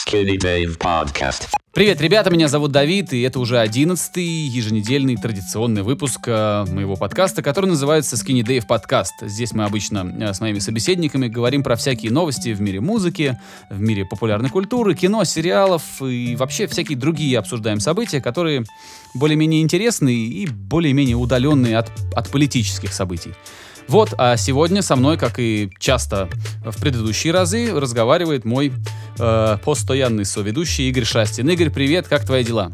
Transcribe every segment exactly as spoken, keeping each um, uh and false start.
Skinny Dave Podcast. Привет, ребята, меня зовут Давид, и это уже одиннадцатый еженедельный традиционный выпуск э, моего подкаста, который называется Skinny Dave Podcast. Здесь мы обычно э, с моими собеседниками говорим про всякие новости в мире музыки, в мире популярной культуры, кино, сериалов и вообще всякие другие обсуждаем события, которые более-менее интересны и более-менее удаленные от, от политических событий. Вот, а сегодня со мной, как и часто в предыдущие разы, разговаривает мой э, постоянный соведущий Игорь Шастин. Игорь, привет, как твои дела?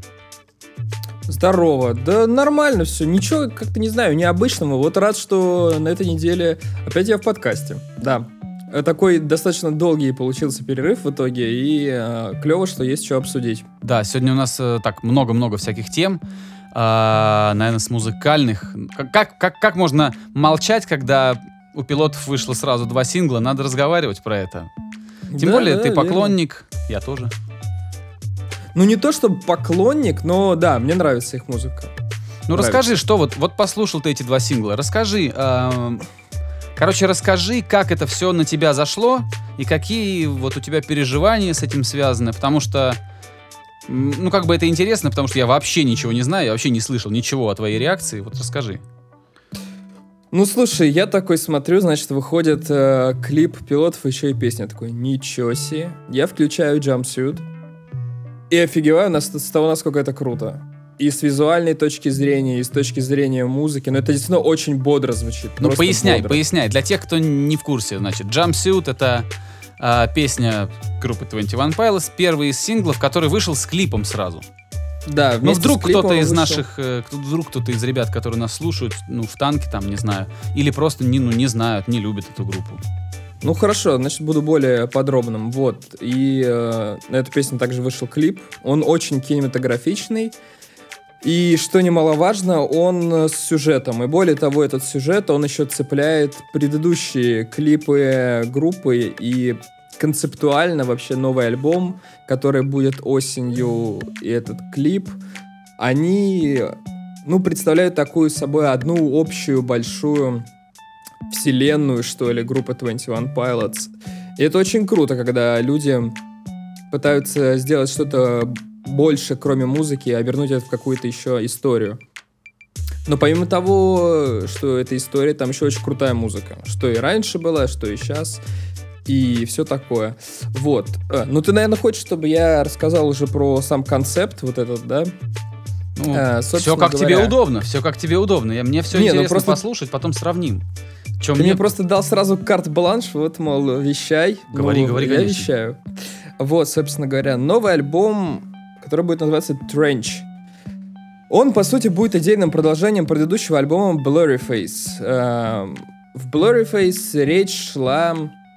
Здорово. Да нормально все. Ничего, как-то не знаю, необычного. Вот рад, что на этой неделе опять я в подкасте. Да. Такой достаточно долгий получился перерыв в итоге, и э, клево, что есть что обсудить. Да, сегодня у нас э, так много-много всяких тем. А, наверное, с музыкальных. Как, как, как можно молчать, когда у Пилотов вышло сразу два сингла? Надо разговаривать про это. Тем Да, более, да, ты верно. поклонник, я тоже. Ну, не то чтобы поклонник, но да, мне нравится их музыка. Ну, Нравится. расскажи, что вот, вот послушал ты эти два сингла. Расскажи, эм, короче, расскажи, как это все на тебя зашло и какие вот у тебя переживания с этим связаны, потому что ну, как бы это интересно, потому что я вообще ничего не знаю, я вообще не слышал ничего о твоей реакции. Вот расскажи. Ну, слушай, я такой смотрю, значит, выходит э, клип Пилотов, еще и песня. Такой, ничего себе. Я включаю Jumpsuit и офигеваю нас- с того, насколько это круто. И с визуальной точки зрения, и с точки зрения музыки. Но это действительно очень бодро звучит. Ну, просто поясняй, бодро. поясняй. Для тех, кто не в курсе, значит, Jumpsuit — это а, песня группы двадцать один Pilots, первый из синглов, который вышел с клипом сразу. Да, Ну, вместе вдруг с клипом кто-то он из вышел. наших, э, кто- вдруг кто-то из ребят, которые нас слушают, ну, в танке там, не знаю, или просто не, ну, не знают, не любят эту группу. Ну хорошо, значит, буду более подробным. Вот. И э, на эту песню также вышел клип. Он очень кинематографичный. И, что немаловажно, он э, с сюжетом. И более того, этот сюжет, он еще цепляет предыдущие клипы группы. И концептуально вообще новый альбом, который будет осенью, и этот клип, они, ну, представляют такую собой одну общую большую вселенную, что ли, группы двадцать один Pilots. И это очень круто, когда люди пытаются сделать что-то больше, кроме музыки, и обернуть это в какую-то еще историю. Но помимо того, что это история, там еще очень крутая музыка. Что и раньше была, что и сейчас. И все такое. Вот. А, ну, ты, наверное, хочешь, чтобы я рассказал уже про сам концепт вот этот, да? Ну, А, все собственно как тебе говоря. удобно, все как тебе удобно. Я, мне все Не, ну интересно просто- послушать, потом сравним. Чем Ты мне... мне просто дал сразу карт-бланш, вот, мол, вещай. Говори, Ну, говори, я конечно. вещаю. Вот, собственно говоря, новый альбом, который будет называться Trench. Он, по сути, будет идейным продолжением предыдущего альбома Blurryface. Эм, В Blurryface речь шла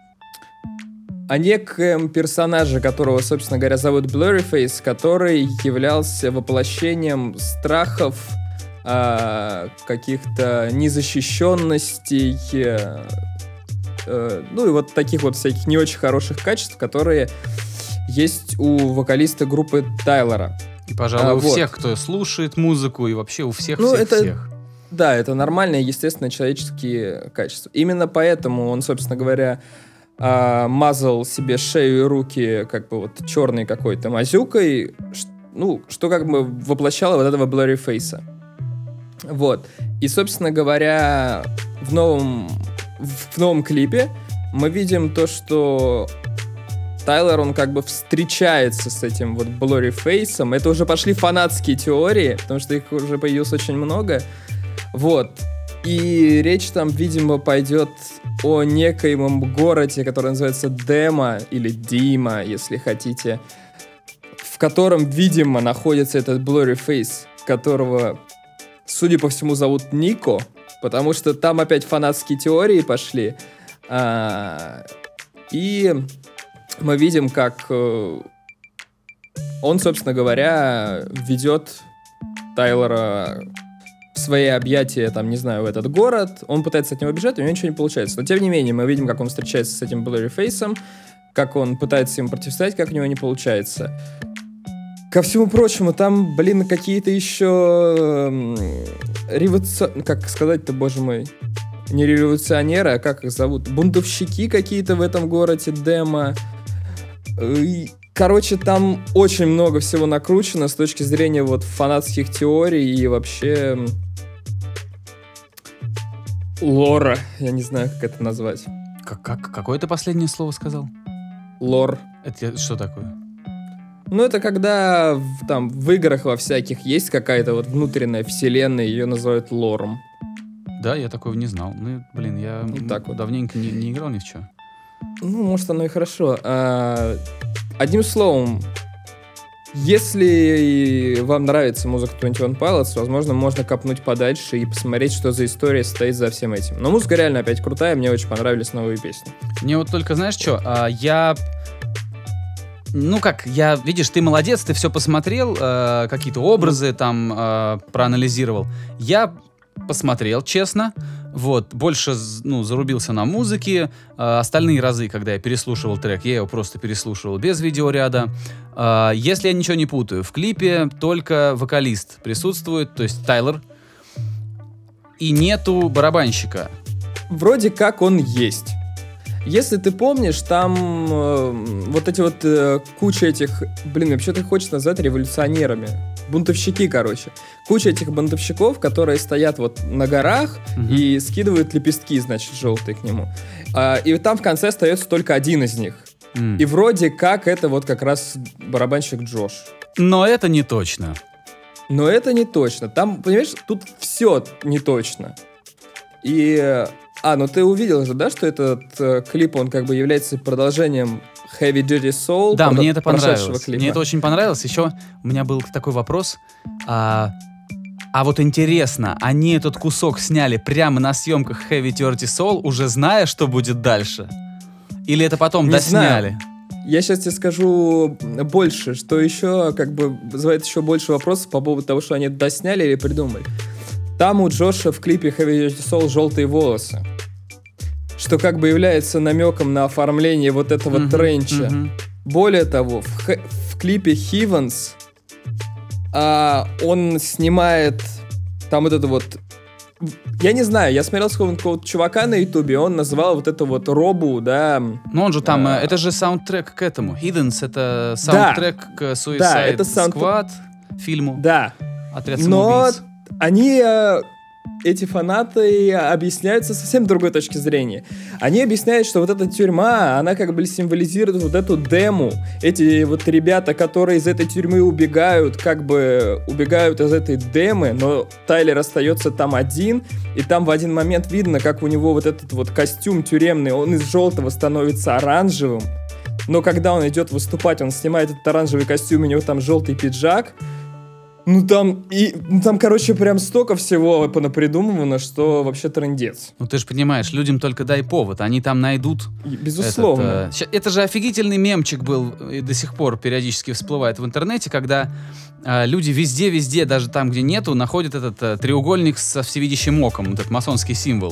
о некоем персонаже, которого, собственно говоря, зовут Blurryface, который являлся воплощением страхов, а, каких-то незащищенностей, э, э, ну и вот таких вот всяких не очень хороших качеств, которые есть у вокалиста группы Тайлера. И, пожалуй, А, у вот. всех, кто слушает музыку, и вообще у всех, Ну, всех, это- всех. Да, это нормальные, естественно, человеческие качества. Именно поэтому он, собственно говоря, а, мазал себе шею и руки как бы вот черной какой-то мазюкой, ш- ну, что как бы воплощало вот этого Blurryface'a. Вот. И, собственно говоря, в новом, в, в новом клипе мы видим то, что Тайлер, он как бы встречается с этим вот Blurryface'ом. Это уже пошли фанатские теории, потому что их уже появилось очень много. Вот. И речь там, видимо, пойдет о некоем городе, который называется Дема или Дима, если хотите, в котором, видимо, находится этот Blurryface, которого, судя по всему, зовут Нико, потому что там опять фанатские теории пошли. А, и мы видим, как э, он, собственно говоря, ведет Тайлера в свои объятия, там, не знаю, в этот город. Он пытается от него бежать, у него ничего не получается. Но, тем не менее, мы видим, как он встречается с этим Blurryface'ом, как он пытается ему противостоять, как у него не получается. Ко всему прочему, там, блин, какие-то еще эм, революци... Как сказать-то, боже мой? Не революционеры, а как их зовут? Бунтовщики какие-то в этом городе Дема. И Короче, там очень много всего накручено с точки зрения вот фанатских теорий и вообще лора. Я не знаю, как это назвать. Как, как, какое ты последнее слово сказал? Лор. Это что такое? Ну, это когда в, там в играх во всяких есть какая-то вот внутренняя вселенная, ее называют лором. Да, я такого не знал. Ну, блин, я Вот так вот. давненько не, не играл ни в что. Ну, может, оно и хорошо. А, одним словом, если вам нравится музыка Twenty One Pilots, возможно, можно копнуть подальше и посмотреть, что за история стоит за всем этим. Но музыка реально опять крутая, мне очень понравились новые песни. Мне вот только, знаешь что, а, я... Ну как, я, видишь, ты молодец, ты все посмотрел, э, какие-то образы там э, проанализировал. Я посмотрел, честно, вот, больше, ну, зарубился на музыке. Э, остальные разы, когда я переслушивал трек, я его просто переслушивал без видеоряда. Э, если я ничего не путаю, в клипе только вокалист присутствует, то есть Тайлер, и нету барабанщика. Вроде как он есть. Если ты помнишь, там э, вот эти вот э, куча этих, блин, вообще-то хочется назвать революционерами. Бунтовщики, короче. Куча этих бунтовщиков, которые стоят вот на горах Мгм. и скидывают лепестки, значит, желтые к нему. А, и там в конце остается только один из них. М. И вроде как это вот как раз барабанщик Джош. Но это не точно. Но это не точно. Там, понимаешь, тут все не точно. И... э, А, ну ты увидел же, да, что этот э, клип, он как бы является продолжением Heavy Duty Soul? Да, про- мне это прошедшего понравилось. клипа. Мне это очень понравилось. Еще у меня был такой вопрос. А, а вот интересно, они этот кусок сняли прямо на съемках Heavy Dirty Soul, уже зная, что будет дальше? Или это потом Не досняли? Я сейчас тебе скажу больше, что еще как бы вызывает еще больше вопросов по поводу того, что они это досняли или придумали. Там у Джоша в клипе Heavy Duty Soul желтые волосы, что как бы является намеком на оформление вот этого Мгм, тренча. мгм. Более того, в, хэ- в клипе Heavens а, он снимает там вот это вот... Я не знаю, я смотрел с какого-то чувака на ютубе, он называл вот эту вот робу, да... Ну он же там, А. э, это же саундтрек к этому. Hidden это саундтрек к Suicide Да, это саунд- Squad фильму. Да, Отряд но самоубийц. они, э, эти фанаты, объясняют со совсем другой точки зрения. Они объясняют, что вот эта тюрьма, она как бы символизирует вот эту дему. Эти вот ребята, которые из этой тюрьмы убегают, как бы убегают из этой демы, но Тайлер остается там один, и там в один момент видно, как у него вот этот вот костюм тюремный, он из желтого становится оранжевым. Но когда он идет выступать, он снимает этот оранжевый костюм, у него там желтый пиджак. Ну там, и, ну, там, короче, прям столько всего понапридумывано, что вообще трындец. Ну ты же понимаешь, людям только дай повод, они там найдут. И, безусловно. Этот, э, ща- это же офигительный мемчик был и до сих пор периодически всплывает в интернете, когда э, люди везде-везде, даже там, где нету, находят этот э, треугольник со всевидящим оком, этот масонский символ.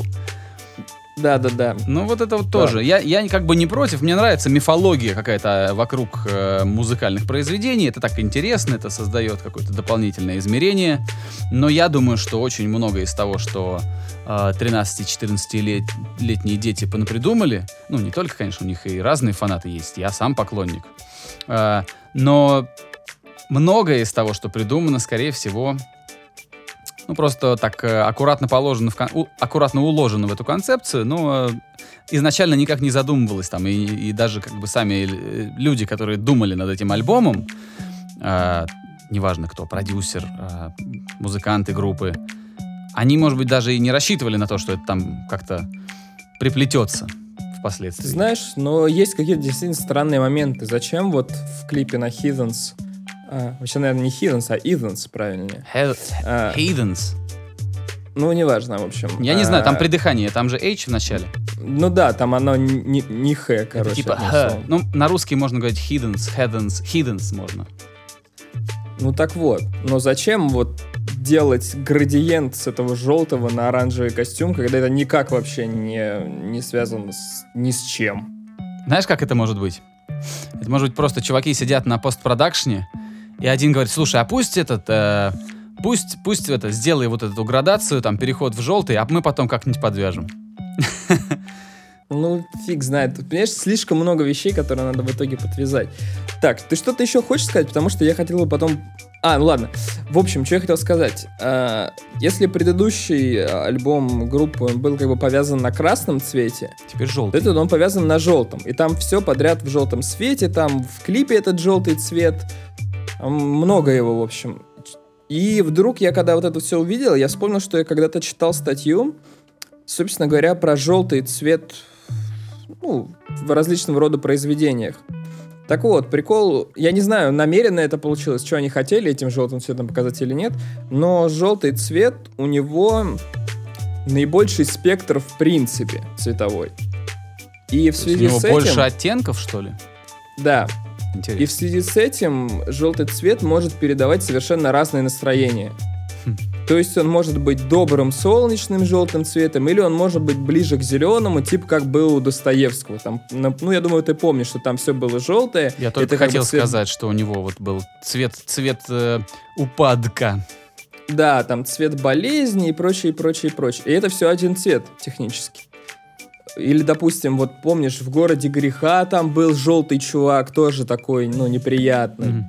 Да-да-да. Ну вот это вот тоже. Я, я как бы не против, мне нравится мифология какая-то вокруг э, музыкальных произведений. Это так интересно, это создает какое-то дополнительное измерение. Но я думаю, что очень много из того, что э, тринадцати-четырнадцатилетние дети понапридумали, ну не только, конечно, у них и разные фанаты есть, я сам поклонник. Э, но многое из того, что придумано, скорее всего... Ну, просто так э, аккуратно положено, в кон- у- аккуратно уложено в эту концепцию, но э, изначально никак не задумывалось там, и, и даже как бы сами э, люди, которые думали над этим альбомом, э, неважно кто, продюсер, э, музыканты группы, они, может быть, даже и не рассчитывали на то, что это там как-то приплетется впоследствии. Ты знаешь, но есть какие-то действительно странные моменты. Зачем вот в клипе на Heathens... А, вообще, наверное, не Heathens, а Ethans, правильнее. Hell- А, Heathens. ну, неважно, в общем. Я не А, знаю, там придыхание, там же H в начале. Ну да, там оно не, не Х, короче. Это типа одним Х. словом. Ну, на русский можно говорить Heathens, Heathens, Heathens можно. Ну так вот, но зачем вот делать градиент с этого желтого на оранжевый костюм, когда это никак вообще не, не связано с, ни с чем? Знаешь, как это может быть? Это может быть просто чуваки сидят на постпродакшне, и один говорит, слушай, а пусть этот, э, пусть, пусть это, сделай вот эту градацию, там, переход в желтый, а мы потом как-нибудь подвяжем. Ну, фиг знает. Тут, понимаешь, слишком много вещей, которые надо в итоге подвязать. Так, ты что-то еще хочешь сказать? Потому что я хотел бы потом... А, ну ладно. В общем, что я хотел сказать. А, если предыдущий альбом группы он был как бы повязан на красном цвете, Теперь то желтый. этот он повязан на желтом. И там все подряд в желтом цвете, там в клипе этот желтый цвет. Там много его, в общем. И вдруг я, когда вот это все увидел, я вспомнил, что я когда-то читал статью, собственно говоря, про желтый цвет, ну, в различного рода произведениях. Так вот, прикол, я не знаю, намеренно это получилось, что они хотели этим желтым цветом показать или нет, но желтый цвет, у него наибольший спектр в принципе цветовой. И в То есть связи у него с этим... больше оттенков, что ли? Да. Интересно. И в связи с этим желтый цвет может передавать совершенно разные настроения. Хм. То есть он может быть добрым солнечным желтым цветом, или он может быть ближе к зеленому, типа как был у Достоевского. Там, ну, я думаю, ты помнишь, что там все было желтое. Я только Это как хотел бы цвет... сказать, что у него вот был цвет, цвет э, упадка. Да, там цвет болезни и прочее, и прочее, и прочее. И это все один цвет технически. Или, допустим, вот помнишь, в «Городе греха» там был желтый чувак, тоже такой, ну, неприятный. Мгм.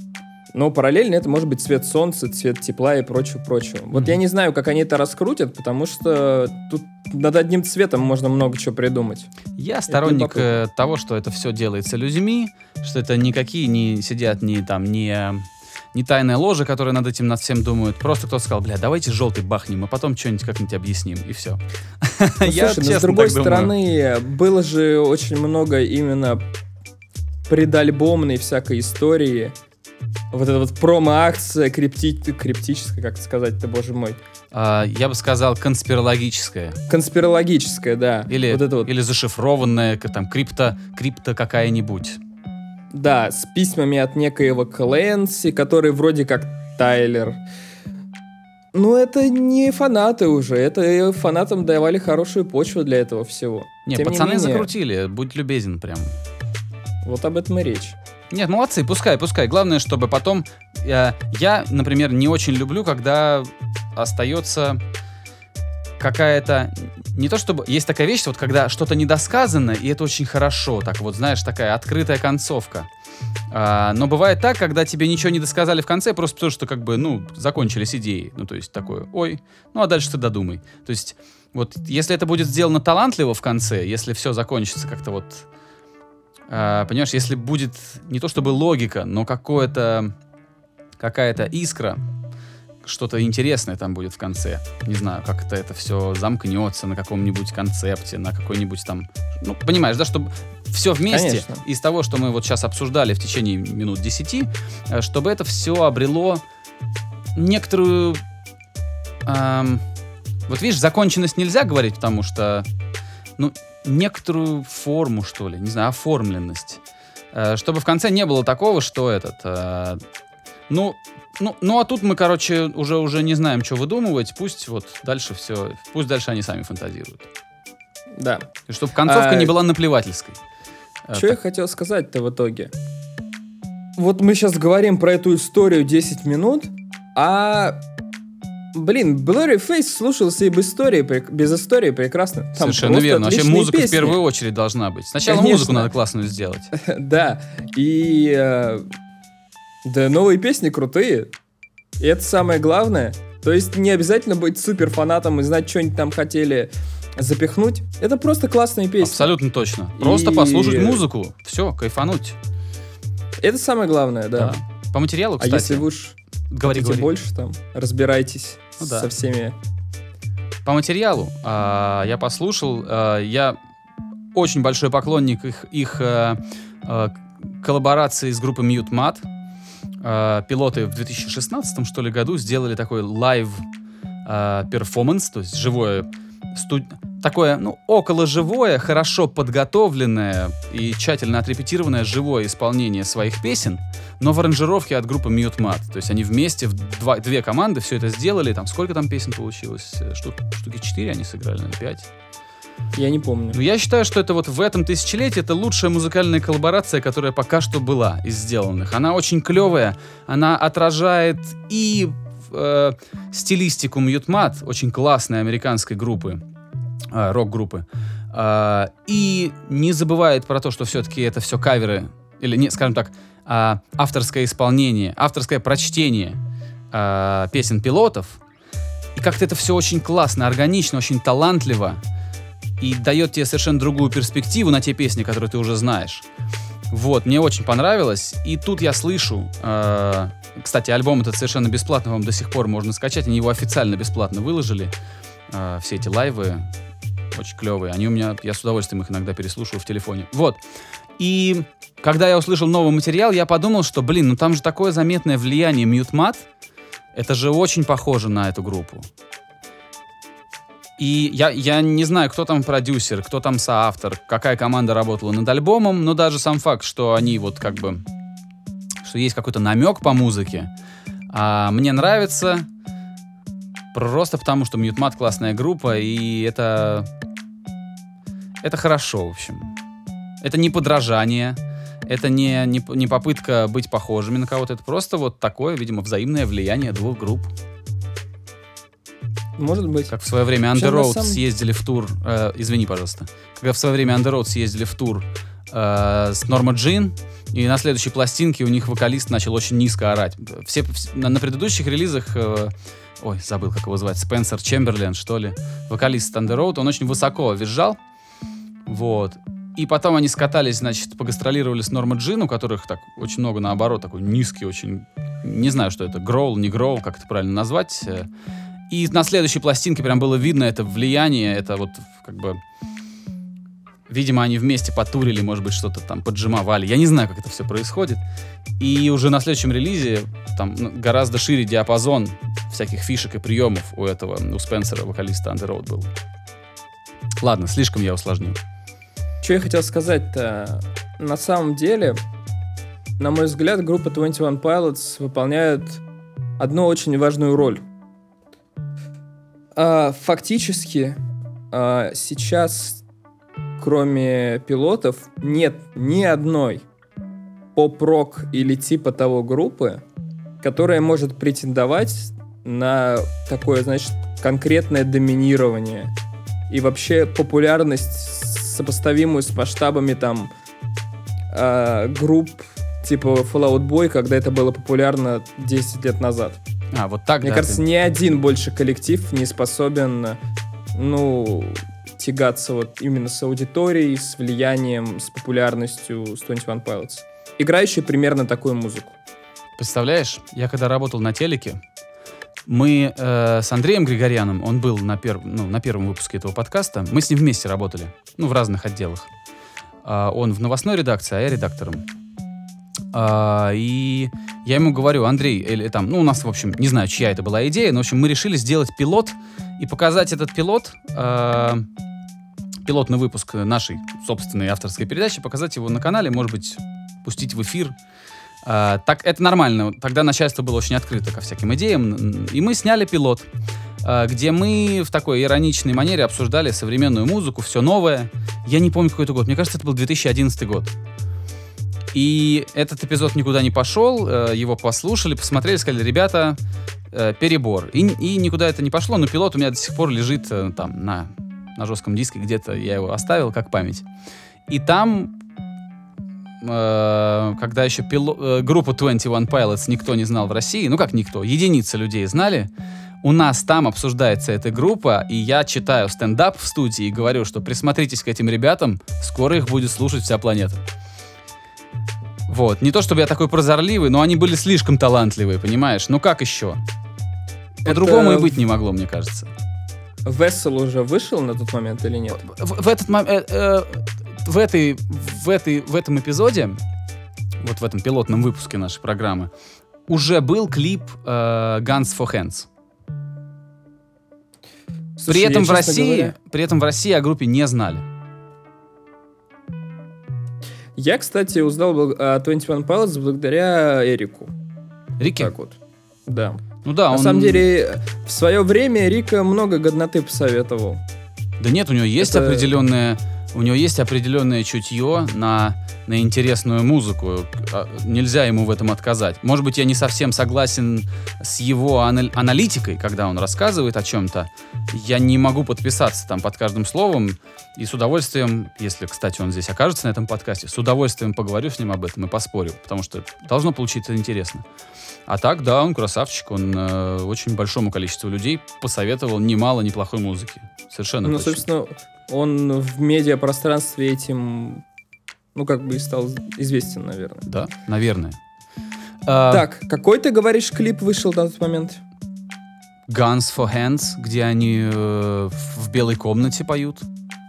Но параллельно это может быть цвет солнца, цвет тепла и прочего-прочего. Вот Мгм. я не знаю, как они это раскрутят, потому что тут над одним цветом можно много чего придумать. Я сторонник любопытно. э, того, что это все делается людьми, что это никакие не сидят, не там, не, не тайная ложа, которая над этим над всем думают. Просто кто-то сказал, бля, давайте желтый бахнем, а потом что-нибудь как-нибудь объясним, и все. Ну, слушай, но с другой стороны, было же очень много именно предальбомной всякой истории. Вот эта вот промо-акция крипти... криптическая, как сказать-то, боже мой. А, я бы сказал, конспирологическое. Конспирологическая, да. Или, вот это вот. или зашифрованная, к- там, крипто, крипто какая-нибудь. Да, с письмами от некоего Кленси, который вроде как Тайлер. Ну, это не фанаты уже. Это фанатам давали хорошую почву для этого всего. Не, Тем пацаны менее, закрутили, будь любезен прям. Вот об этом и речь. Нет, молодцы, пускай, пускай. Главное, чтобы потом... э, я, например, не очень люблю, когда остается какая-то... Не то чтобы... Есть такая вещь, вот когда что-то недосказано, и это очень хорошо. Так вот, знаешь, такая открытая концовка. А, но бывает так, когда тебе ничего не досказали в конце, просто потому что, как бы, ну, закончились идеи. Ну, то есть такое, ой, ну, а дальше ты додумай. То есть, вот, если это будет сделано талантливо в конце, если все закончится как-то вот... А, понимаешь, если будет не то чтобы логика, но какое-то, какая-то искра, что-то интересное там будет в конце. Не знаю, как это, это все замкнется на каком-нибудь концепте, на какой-нибудь там... Ну, понимаешь, да, чтобы все вместе, Конечно. из того, что мы вот сейчас обсуждали в течение минут десяти, э, чтобы это все обрело некоторую... эм, вот видишь, законченность нельзя говорить, потому что... Ну, некоторую форму, что ли, не знаю, оформленность. Э, чтобы в конце не было такого, что этот... Э, ну, ну, ну, а тут мы, короче, уже, уже не знаем, что выдумывать. Пусть вот дальше все... Пусть дальше они сами фантазируют. Да. И чтобы концовка А, не была наплевательской. Э, Что я так, хотел сказать-то в итоге? Вот мы сейчас говорим про эту историю десять минут, а... Блин, Blurryface слушался и без истории, прек- без истории прекрасно. Там совершенно просто верно. Вообще отличные музыка в песни. первую очередь должна быть. Сначала Конечно. музыку надо классную сделать. Да, и... э, да, новые песни крутые. И это самое главное. То есть не обязательно быть супер фанатом и знать, что они там хотели запихнуть. Это просто классные песни. Абсолютно точно. Просто И- послушать музыку. Все, кайфануть. Это самое главное, да. Да. По материалу, А кстати. если вы уж Говори, хотите говори. больше, там, разбирайтесь Ну да. со всеми... По материалу а, я послушал. а, я очень большой поклонник их, их а, а, коллаборации с группой Mute Mat. А, пилоты в две тысячи шестнадцатом, что ли, году сделали такой лайв а, перформанс, то есть живое студ... такое, ну, около живое, хорошо подготовленное и тщательно отрепетированное живое исполнение своих песен, но в аранжировке от группы Mute Mat. То есть они вместе, в два, две команды все это сделали. Там сколько там песен получилось? Штук, штуки четыре они сыграли, наверное, пять. Я не помню. Ну, я считаю, что это вот в этом тысячелетии это лучшая музыкальная коллаборация, которая пока что была из сделанных. Она очень клевая, она отражает и э, стилистику Mute Mat, очень классной американской группы, э, рок-группы, А, и не забывает про то, что все-таки это все каверы, или, не, скажем так, а, авторское исполнение, авторское прочтение а, песен пилотов. И как-то это все очень классно, органично, очень талантливо. И дает тебе совершенно другую перспективу на те песни, которые ты уже знаешь. Вот, мне очень понравилось. И тут я слышу... Э, кстати, альбом этот совершенно бесплатно вам до сих пор можно скачать. Они его официально бесплатно выложили. Э, все эти лайвы очень клевые. Они у меня... Я с удовольствием их иногда переслушиваю в телефоне. Вот. И когда я услышал новый материал, я подумал, что, блин, ну там же такое заметное влияние Mute Mat. Это же очень похоже на эту группу. И я, я не знаю, кто там продюсер, кто там соавтор, какая команда работала над альбомом, но даже сам факт, что они вот как бы, что есть какой-то намек по музыке, а, мне нравится просто потому, что Mute Mat классная группа, и это, это хорошо, в общем. Это не подражание, это не, не, не попытка быть похожими на кого-то, это просто вот такое, видимо, взаимное влияние двух групп. Может быть. Как в свое время Under Road самом... съездили в тур... Э, извини, пожалуйста. Когда в свое время Under Road съездили в тур э, с Норма Джин, и на следующей пластинке у них вокалист начал очень низко орать. Все, все, на, на предыдущих релизах... Э, ой, забыл, как его звать. Спенсер Чемберлен, что ли. Вокалист Under Road, он очень высоко визжал. Вот. И потом они скатались, значит, погастролировали с Норма Джин, у которых так очень много, наоборот, такой низкий очень... Не знаю, что это. Гроул, не гроул, как это правильно назвать. И на следующей пластинке прям было видно это влияние, это вот как бы... Видимо, они вместе потурили, может быть, что-то там поджимовали. Я не знаю, как это все происходит. И уже на следующем релизе там гораздо шире диапазон всяких фишек и приемов у этого, у Спенсера, вокалиста Under Road был. Ладно, слишком я усложнил. Что я хотел сказать-то? На самом деле, на мой взгляд, группа двадцать один Pilots выполняет одну очень важную роль. А, фактически, а, сейчас, кроме пилотов, нет ни одной поп-рок или типа того группы, которая может претендовать на такое, значит, конкретное доминирование и вообще популярность, сопоставимую с масштабами там а, групп типа Fall Out Boy, когда это было популярно десять лет назад. А, вот так, Мне да, кажется, ты... ни один больше коллектив не способен, ну, тягаться вот именно с аудиторией, с влиянием, с популярностью с двадцать один Pilots. Играющие примерно такую музыку. Представляешь, я когда работал на телеке, мы э, с Андреем Григоряном, он был на, перв... ну, на первом выпуске этого подкаста, мы с ним вместе работали, ну, в разных отделах. А, он в новостной редакции, а я редактором. А, и я ему говорю: Андрей, или там, ну, у нас, в общем, не знаю, чья это была идея, но, в общем, мы решили сделать пилот и показать этот пилот, а, пилотный выпуск нашей собственной авторской передачи, показать его на канале, может быть, пустить в эфир. А, так, это нормально. Тогда начальство было очень открыто ко всяким идеям. И мы сняли пилот, а, где мы в такой ироничной манере обсуждали современную музыку, все новое. Я не помню, какой это год. Мне кажется, это был две тысячи одиннадцатый год. И этот эпизод никуда не пошел, его послушали, посмотрели, сказали: ребята, перебор. И, и никуда это не пошло, но пилот у меня до сих пор лежит там на, на жестком диске, где-то я его оставил как память. И там, э, когда еще пило, э, группу двадцать один Pilots никто не знал в России, ну как никто, единицы людей знали, у нас там обсуждается эта группа, и я читаю стендап в студии и говорю, что присмотритесь к этим ребятам, скоро их будет слушать вся планета. Вот. Не то чтобы я такой прозорливый, но они были слишком талантливые, понимаешь? Ну как еще? По-другому Это... и быть не могло, мне кажется. Вессел уже вышел на тот момент или нет? В, в этот момент... Э, э, в, этой, в, этой, в этом эпизоде, вот в этом пилотном выпуске нашей программы, уже был клип э, Guns for Hands. Слушай, при, этом я, в России, говоря... при этом в России о группе не знали. Я, кстати, узнал о двадцать один Pilots благодаря Эрику. Рике? Так вот. Да. Ну да, На он... самом деле, в свое время Рика много годноты посоветовал. Да нет, у него есть Это... определенная у него есть определенное чутье на, на интересную музыку. Нельзя ему в этом отказать. Может быть, я не совсем согласен с его анал- аналитикой, когда он рассказывает о чем-то. Я не могу подписаться там под каждым словом. И с удовольствием, если, кстати, он здесь окажется на этом подкасте, с удовольствием поговорю с ним об этом и поспорю. Потому что должно получиться интересно. А так, да, он красавчик. Он э, очень большому количеству людей посоветовал немало неплохой музыки. Совершенно Ну, точно. собственно, он в медиапространстве этим, ну, как бы и стал известен, наверное. Да, наверное. А, Так, какой, ты говоришь, клип вышел на тот момент? Guns for Hands, где они э, в белой комнате поют.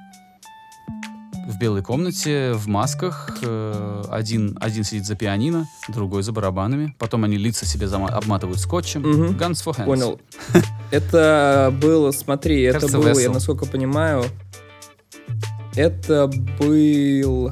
В белой комнате, в масках. Э, один, один сидит за пианино, другой за барабанами. Потом они лица себе зама- обматывают скотчем. Мгм. Guns for Hands. Понял. Это было, смотри, это Кажется, было, я Vessel. насколько понимаю, это был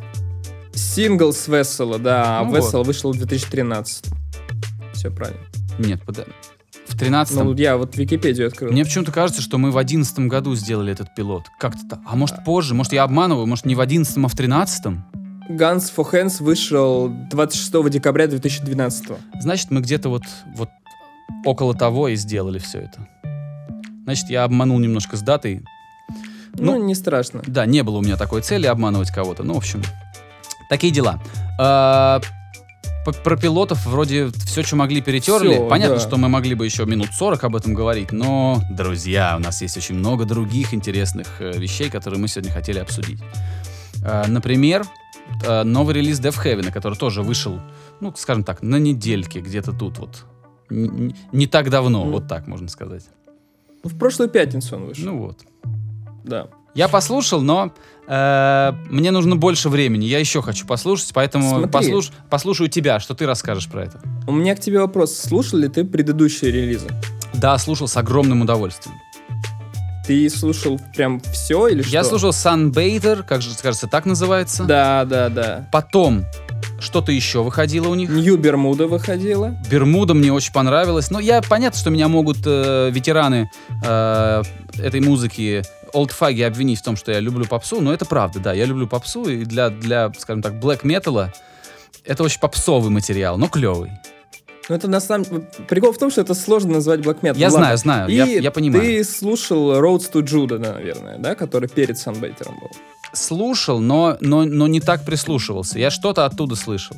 сингл с Vessel, да, а Ну Vessel вот. вышел в две тысячи тринадцатом. Все правильно. Нет, пода- в тринадцатом. Ну, я вот Википедию открыл. Мне почему-то кажется, что мы в одиннадцатом году сделали этот пилот. Как-то так. А может позже? Может я обманываю? Может не в одиннадцатом, а в тринадцатом? Guns for Hands вышел двадцать шестого декабря две тысячи двенадцатого. Значит, мы где-то вот, вот около того и сделали все это. Значит, я обманул немножко с датой. Ну, Ну, не страшно. Да, не было у меня такой цели обманывать кого-то. Ну, в общем, такие дела. А, п- Про пилотов вроде все, что могли, перетерли. Всё, Понятно, да. что мы могли бы еще минут сорок об этом говорить, но, друзья, у нас есть очень много других интересных э, вещей, которые мы сегодня хотели обсудить. А, Например, э, новый релиз Death Heaven, который тоже вышел, ну, скажем так, на недельке, где-то тут вот. Н- н- Не так давно, Ну. вот так можно сказать. В прошлую пятницу он вышел. Ну вот. Да. Я послушал, но э, мне нужно больше времени. Я еще хочу послушать, поэтому Смотри. послуш- послушаю тебя, что ты расскажешь про это. У меня к тебе вопрос. Слушал ли ты предыдущие релизы? Да, слушал с огромным удовольствием. Ты слушал прям все или что? Я слушал Sunbather, как же, кажется, так называется. Да, да, да. Потом что-то еще выходило у них. Нью Бермуда выходила. Бермуда мне очень понравилась. Но я понятно, что меня могут э, ветераны э, этой музыки, олдфаги, обвинить в том, что я люблю попсу, но это правда, да, я люблю попсу, и для, для скажем так, блэк-металла это очень попсовый материал, но клевый. Ну, это на самом прикол в том, что это сложно назвать black metal. Я Ладно. знаю, знаю, И я, я понимаю. ты слушал Roads to Judah, наверное, да, который перед Sunbather был. Слушал, но, но, но не так прислушивался. Я что-то оттуда слышал.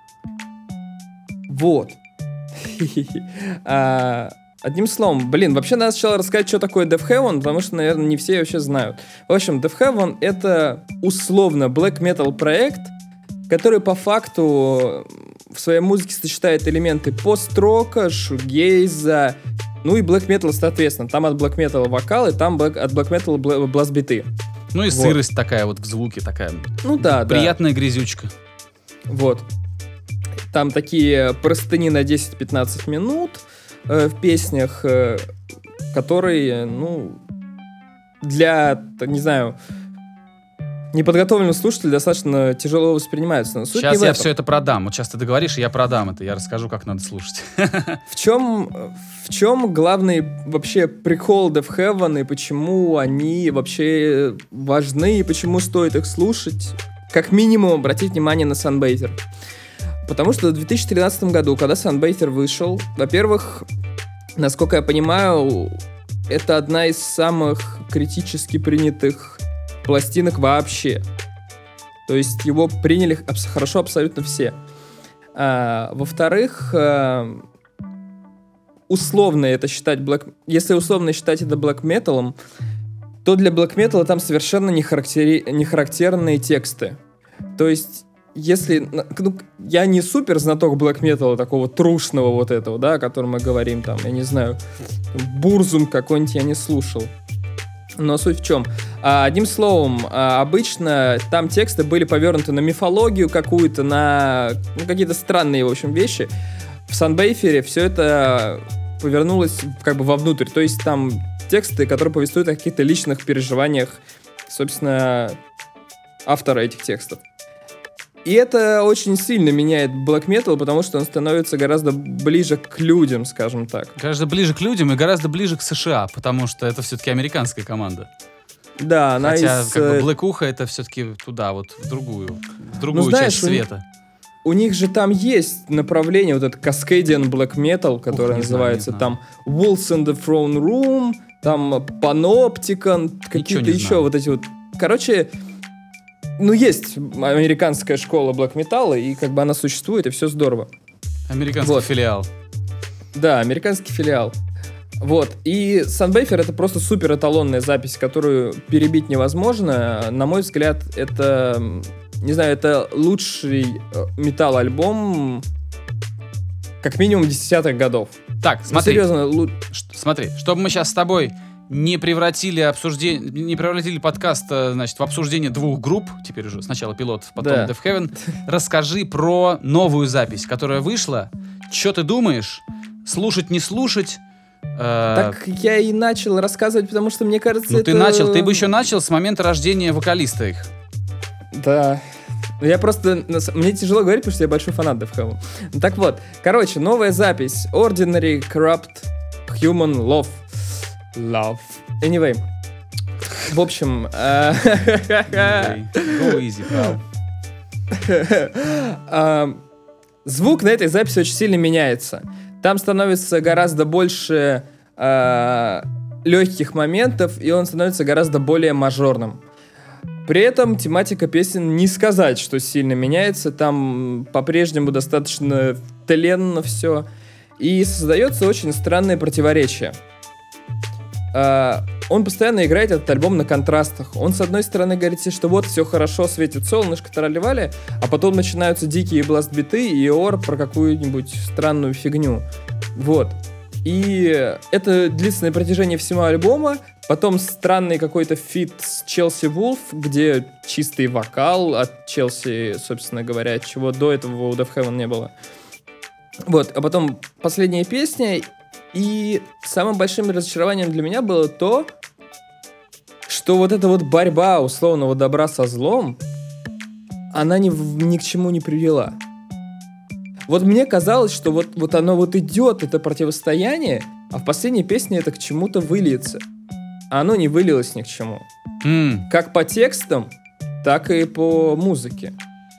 Вот. А, Одним словом, блин, вообще надо сначала рассказать, что такое Death Heaven, потому что, наверное, не все вообще знают. В общем, Death Heaven — это условно black metal проект, который по факту в своей музыке сочетает элементы пост-рока, шугейза, ну и black metal, соответственно. Там от black metal вокалы, там black- от black metal бл- бласт-биты. Ну и Вот. сырость такая вот в звуке, такая Ну да, да. приятная грязючка. Вот. Там такие простыни на десять-пятнадцать минут э, в песнях, э, которые, ну, для, т- не знаю, неподготовленного слушателя достаточно тяжело воспринимаются. Но суть Сейчас не в я этом. все это продам. Вот сейчас ты договоришь, и я продам это. Я расскажу, как надо слушать. В чем, в чем главный вообще прикол Death Heaven и почему они вообще важны и почему стоит их слушать? Как минимум обратить внимание на Sunbather. Потому что в две тысячи тринадцатом году, когда Sunbather вышел, во-первых, насколько я понимаю, это одна из самых критически принятых пластинок вообще. То есть его приняли абс- хорошо абсолютно все. А, во-вторых, а, условно это считать black... Если условно считать это black metal, то для black metal там совершенно не, характери... не характерные тексты. То есть, если... Ну, я не супер знаток black metal, такого трушного вот этого, да, о котором мы говорим, там, я не знаю, Бурзум какой-нибудь я не слушал. Но суть в чем? А, одним словом, а, обычно там тексты были повернуты на мифологию какую-то, на ну, какие-то странные, в общем, вещи. В Sunbather все это повернулось как бы вовнутрь. То есть там тексты, которые повествуют о каких-то личных переживаниях, собственно, автора этих текстов. И это очень сильно меняет black metal, потому что он становится гораздо ближе к людям, скажем так. Гораздо ближе к людям и гораздо ближе к США, потому что это все-таки американская команда. Да, она Хотя, из... как бы, э, блэкуха это все-таки туда, вот, в другую, в другую Ну, знаешь, часть у них- света. У них же там есть направление, вот этот Cascadian Black Metal, которое не знаю, называется не знаю. там Wolves in the Throne Room, там Panopticon, какие-то не еще знаю. вот эти вот... Короче, ну есть американская школа Black Metal, и как бы она существует, и все здорово. Американский Вот. филиал. Да, американский филиал. Вот. И Sunbather — это просто супер эталонная запись, которую перебить невозможно. На мой взгляд, это, м, не знаю, это лучший э, металл-альбом как минимум десятых годов. Так, Ну, смотри, серьезно, лу- ш- смотри, чтобы мы сейчас с тобой не превратили обсуждение, не превратили подкаст, э, значит, в обсуждение двух групп, теперь уже сначала Пилотов, потом Да. Death Heaven, расскажи про новую запись, которая вышла. Что ты думаешь? Слушать, не слушать? Э, так я и начал рассказывать, потому что мне кажется, ну это... ты начал, ты бы еще начал с момента рождения вокалиста их. Да. Ну, Я просто... на с- Мне тяжело говорить, потому что я большой фанат Death Heaven. Ну, так вот. Короче, новая запись. Ordinary Corrupt Human Love. Love. Anyway. В общем... э, Go easy, pal. а, Звук на этой записи очень сильно меняется. Там становится гораздо больше легких моментов, и он становится гораздо более мажорным. При этом тематика песен не сказать, что сильно меняется. Там по-прежнему достаточно тленно все. И создается очень странное противоречие. А, Он постоянно играет этот альбом на контрастах. Он, с одной стороны, говорит себе, что вот все хорошо, светит солнышко, тролливали, а потом начинаются дикие бласт-биты и ор про какую-нибудь странную фигню. Вот. И это длится на протяжении всего альбома. Потом странный какой-то фит с Челси Вулф, где чистый вокал от Челси, собственно говоря, чего до этого у Death Heaven не было. Вот, а потом последняя песня. И самым большим разочарованием для меня было то, что вот эта вот борьба условного добра со злом, она ни, в- ни к чему не привела. Вот мне казалось, что вот, вот оно вот идет, это противостояние, а в последней песне это к чему-то выльется. А оно не вылилось ни к чему. М, Как по текстам, так и по музыке.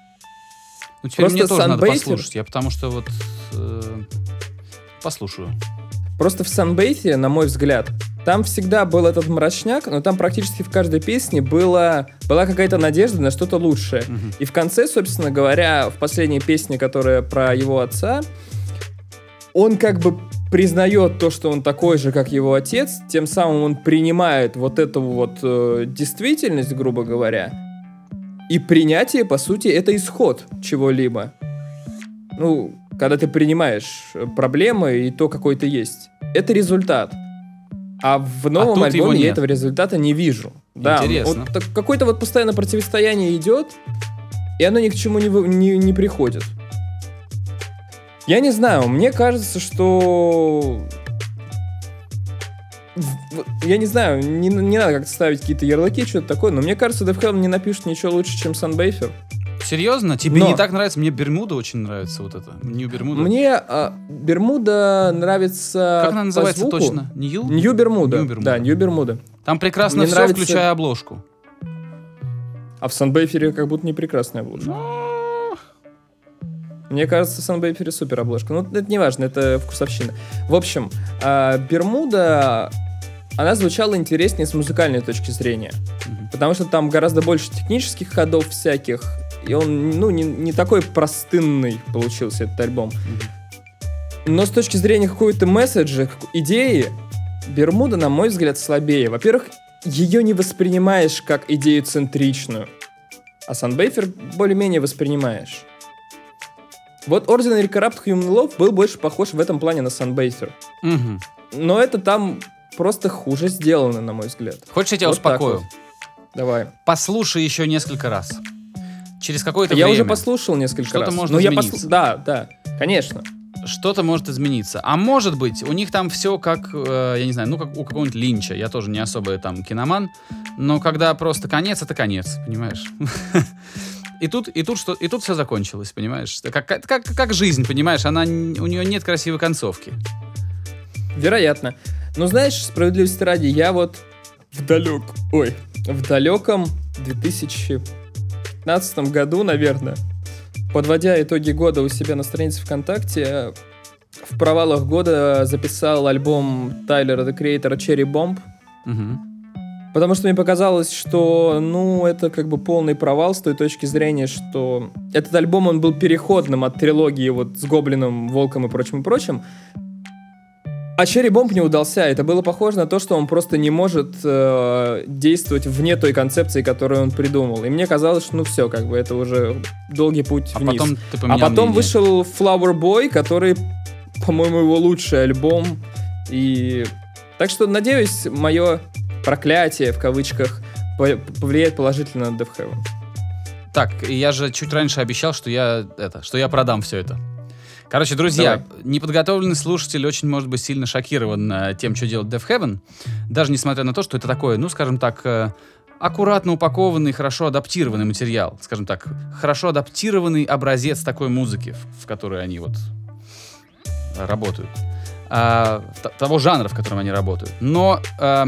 Ну теперь мне Просто тоже надо Sunbather- послушать, я потому что вот э, послушаю. Просто в Sunbather, на мой взгляд, там всегда был этот мрачняк, но там практически в каждой песне была, была какая-то надежда на что-то лучшее. Мгм. И в конце, собственно говоря, в последней песне, которая про его отца, он как бы признает то, что он такой же, как его отец, тем самым он принимает вот эту вот э, действительность, грубо говоря. И принятие, по сути, это исход чего-либо. Ну, когда ты принимаешь э, проблемы и то, какой ты есть. Это результат. А в новом тут его альбоме я нет. этого результата не вижу. Да, Интересно. вот так- какое-то вот постоянно противостояние идет, и оно ни к чему не, вы- не, не приходит. Я не знаю, мне кажется, что... в- Я не знаю, не, не надо как-то ставить какие-то ярлыки, что-то такое, но мне кажется, Death Heaven не напишет ничего лучше, чем Sunbather. Серьезно? Тебе Но- не так нравится? Мне Бермуда очень нравится, вот это. Нью Бермуда. Мне а, Бермуда нравится Как она по называется звуку. точно? Нью? Нью Бермуда. Нью Бермуда. Да, Нью Бермуда. Там прекрасно Мне все, нравится- включая обложку. А в Sunbather как будто не прекрасная обложка. Ну, Мне кажется, в Sunbather супер обложка. Ну, это не важно, это вкусовщина. В общем, а, Бермуда, она звучала интереснее с музыкальной точки зрения. Мгм. Потому что там гораздо больше технических ходов всяких. И он, ну, не, не такой простынный получился этот альбом. Но с точки зрения какой-то месседжа, как- идеи, Бермуда, на мой взгляд, слабее. Во-первых, ее не воспринимаешь как идею центричную. А Sunbather более-менее воспринимаешь. Вот Ordinary Corrupt Human Love был больше похож в этом плане на Sunbather. Мгм. Но это там просто хуже сделано, на мой взгляд. Хочешь, я тебя Вот так успокою? вот. Давай. Послушай еще несколько раз. Через какое-то Я время уже послушал несколько Что-то раз. может Ну, я измениться. послу- Да, да, конечно. что-то может измениться. А может быть, у них там все как, э, я не знаю, ну как у какого-нибудь Линча. Я тоже не особо там киноман, но когда просто конец, это конец, понимаешь? И тут, и тут что, и тут все закончилось, понимаешь? Как, как, как, как жизнь, понимаешь? Она, н- у нее нет красивой концовки. Вероятно. Но знаешь, справедливости ради, я вот в далек... Ой, в далеком две тысячи пятнадцатом году, наверное, подводя итоги года у себя на странице ВКонтакте, в провалах года записал альбом Тайлера, The Creator, Cherry Bomb. Угу. Потому что мне показалось, что, ну, это как бы полный провал с той точки зрения, что этот альбом, он был переходным от трилогии вот с Гоблином, Волком и прочим и прочим. А Cherry Bomb не удался. Это было похоже на то, что он просто не может э, действовать вне той концепции, которую он придумал. И мне казалось, что ну все, как бы это уже долгий путь А вниз. потом ты а поменял потом мнение. вышел Flower Boy, который, по-моему, его лучший альбом. И так что, надеюсь, мое проклятие, в кавычках, повлияет положительно на Death Heaven. Так, я же чуть раньше обещал, что я это, что я продам все это. Короче, друзья, Давай. неподготовленный слушатель очень, может быть, сильно шокирован э, тем, что делает Death Heaven, даже несмотря на то, что это такое, ну, скажем так, э, аккуратно упакованный, хорошо адаптированный материал, скажем так, хорошо адаптированный образец такой музыки, в, в которой они вот работают, а, т- того жанра, в котором они работают. Но э,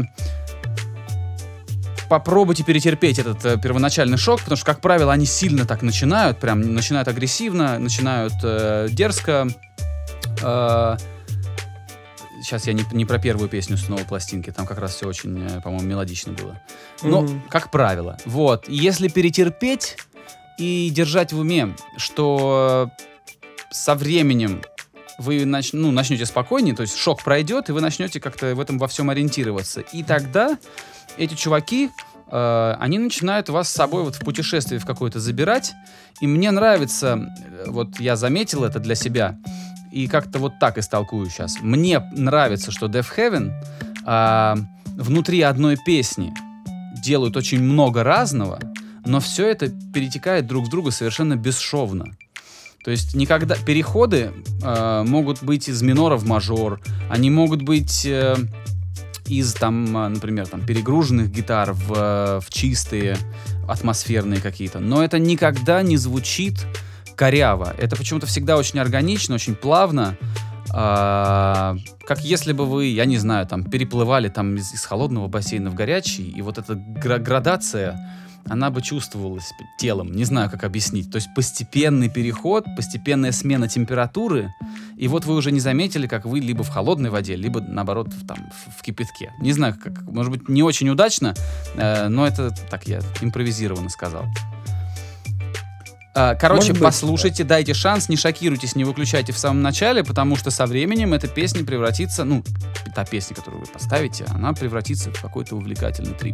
попробуйте перетерпеть этот э, первоначальный шок, потому что, как правило, они сильно так начинают, прям начинают агрессивно, начинают э, дерзко. Э, сейчас я не, не про первую песню с новой пластинки, там как раз все очень, э, по-моему, мелодично было. Но, Мгм. как правило, вот, если перетерпеть и держать в уме, что со временем вы нач, ну, начнете спокойнее, то есть шок пройдет, и вы начнете как-то в этом во всем ориентироваться. И тогда эти чуваки, э, они начинают вас с собой вот в путешествие в какое-то забирать. И мне нравится, э, вот я заметил это для себя, и как-то вот так истолкую сейчас. Мне нравится, что Death Heaven э, внутри одной песни делают очень много разного, но все это перетекает друг в друга совершенно бесшовно. То есть никогда переходы э, могут быть из минора в мажор, они могут быть э, из там, э, например, там перегруженных гитар в, э, в чистые атмосферные какие-то, но это никогда не звучит коряво. Это почему-то всегда очень органично, очень плавно, э, как если бы вы, я не знаю, там переплывали там из, из холодного бассейна в горячий, и вот эта гра- градация, она бы чувствовалась телом. Не знаю, как объяснить. То есть постепенный переход, постепенная смена температуры, и вот вы уже не заметили, как вы либо в холодной воде, либо, наоборот, в, там, в, в кипятке. Не знаю, как, может быть, не очень удачно, э, но это так я импровизированно сказал. Э, короче, Может быть, послушайте, дайте шанс, не шокируйтесь, не выключайте в самом начале, потому что со временем эта песня превратится, ну, та песня, которую вы поставите, она превратится в какой-то увлекательный трип.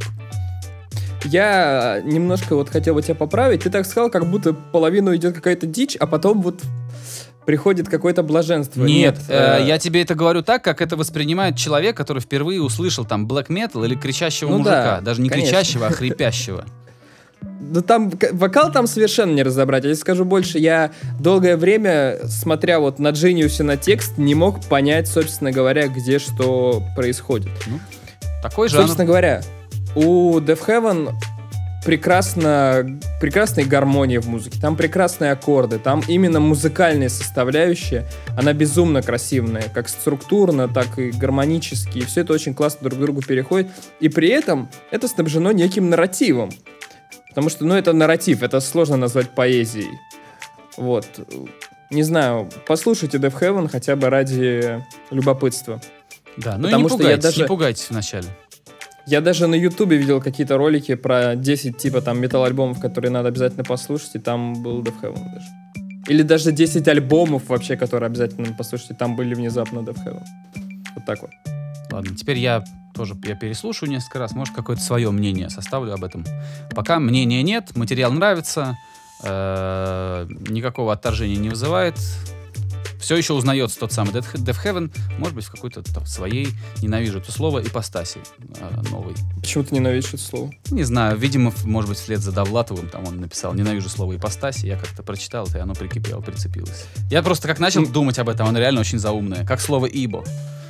Я немножко вот хотел бы тебя поправить. Ты так сказал, как будто половину идет какая-то дичь, а потом вот приходит какое-то блаженство. Нет, э, э, я тебе это говорю так, как это воспринимает человек, который впервые услышал там black metal или кричащего Ну мужика. да, Даже не конечно. кричащего, а хрипящего. Да там к- вокал там совершенно не разобрать. Я тебе скажу больше, я долгое время, смотря вот на Genius и на текст, не мог понять, собственно говоря, где что происходит. Такой жанр. Собственно говоря, у Death Heaven прекрасно, прекрасная гармония в музыке, там прекрасные аккорды, там именно музыкальная составляющая, она безумно красивая, как структурно, так и гармонически, и все это очень классно друг к другу переходит, и при этом это снабжено неким нарративом, потому что, ну, это нарратив, это сложно назвать поэзией, вот, не знаю, послушайте Death Heaven хотя бы ради любопытства. Да, ну и Потому не что я пугайтесь, даже- не пугайтесь вначале. Я даже на Ютубе видел какие-то ролики про десять типа там метал-альбомов, которые надо обязательно послушать, и там был Death Heaven даже. Или даже десять альбомов вообще, которые обязательно послушать, и там были внезапно Death Heaven. Вот так вот. Ладно, теперь я тоже я переслушаю несколько раз, может, какое-то свое мнение составлю об этом. Пока мнения нет, материал нравится, э, никакого отторжения не вызывает. Все еще узнается тот самый Death Death Heaven, может быть, в какой-то там своей, ненавижу это слово, ипостаси э, новой. Почему ты ненавидишь это слово? Не знаю, видимо, в- может быть, вслед за Довлатовым, там он написал «Ненавижу слово ипостаси», я как-то прочитал это, и оно прикипело, прицепилось. Я просто как начал Ну. думать об этом, оно реально очень заумное, как слово «ибо».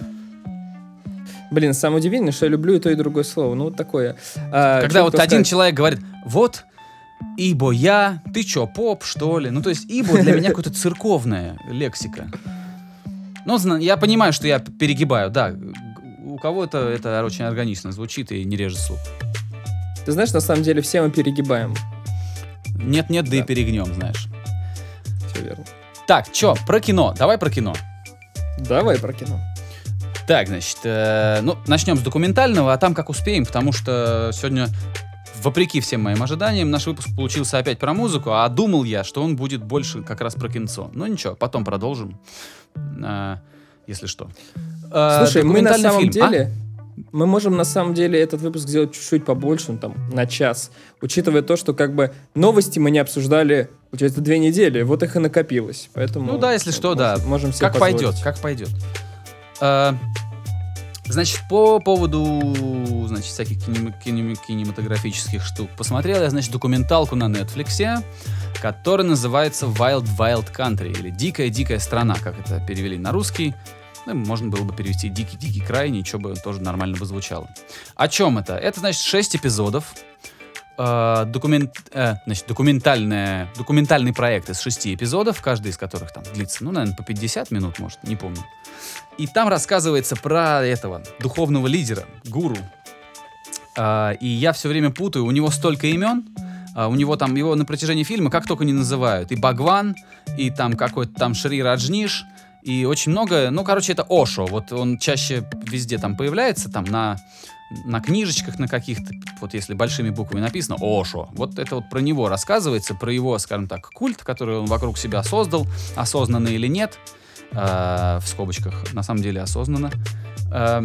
Блин, самое удивительное, что я люблю и то, и другое слово. Ну, вот такое. А, Когда что вот хотел один сказать? человек говорит «вот, ибо я, ты чё, поп, что ли?» Ну, то есть «ибо» для меня какая-то церковная лексика. Ну, зна- я понимаю, что я перегибаю, да. У у кого-то это очень органично звучит и не режет слух. Ты знаешь, на самом деле все мы перегибаем. Нет-нет, да, да и перегнем, знаешь. Все верно. Так, чё, про кино. Давай про кино. Давай про кино. Так, значит, э, ну, начнем с документального, а там как успеем, потому что сегодня, вопреки всем моим ожиданиям, наш выпуск получился опять про музыку, а думал я, что он будет больше как раз про кинцо. Ну ничего, потом продолжим, э, если что. Э, Слушай, мы на самом фильм. деле... А? Мы можем на самом деле этот выпуск сделать чуть-чуть побольше, ну, там, на час, учитывая то, что как бы новости мы не обсуждали, получается, две недели, вот их и накопилось, поэтому... Ну да, если что, можем, да. Можем себе как позволить. пойдет, как пойдет. А, значит, по поводу, значит, всяких кинем, кинем, кинематографических штук. Посмотрел я, значит, документалку на Netflix, которая называется Wild Wild Country, или Дикая-дикая страна, как это перевели на русский. Ну, можно было бы перевести «Дикий-дикий край», ничего бы тоже нормально бы звучало. О чем это? Это, значит, шесть эпизодов. Э, документ, э, значит, документальная, документальный проект из шести эпизодов, каждый из которых там длится, ну, наверное, по пятьдесят минут, может, не помню. И там рассказывается про этого духовного лидера, гуру. Э, и я все время путаю, у него столько имен, э, у него там, его на протяжении фильма как только не называют. И Бхагван, и там какой-то там Шри Раджниш, и очень много, ну, короче, это Ошо. Вот он чаще везде там появляется, там на, на книжечках на каких-то, вот если большими буквами написано Ошо. Вот это вот про него рассказывается, про его, скажем так, культ, который он вокруг себя создал, осознанно или нет, э, в скобочках, на самом деле осознанно. Э,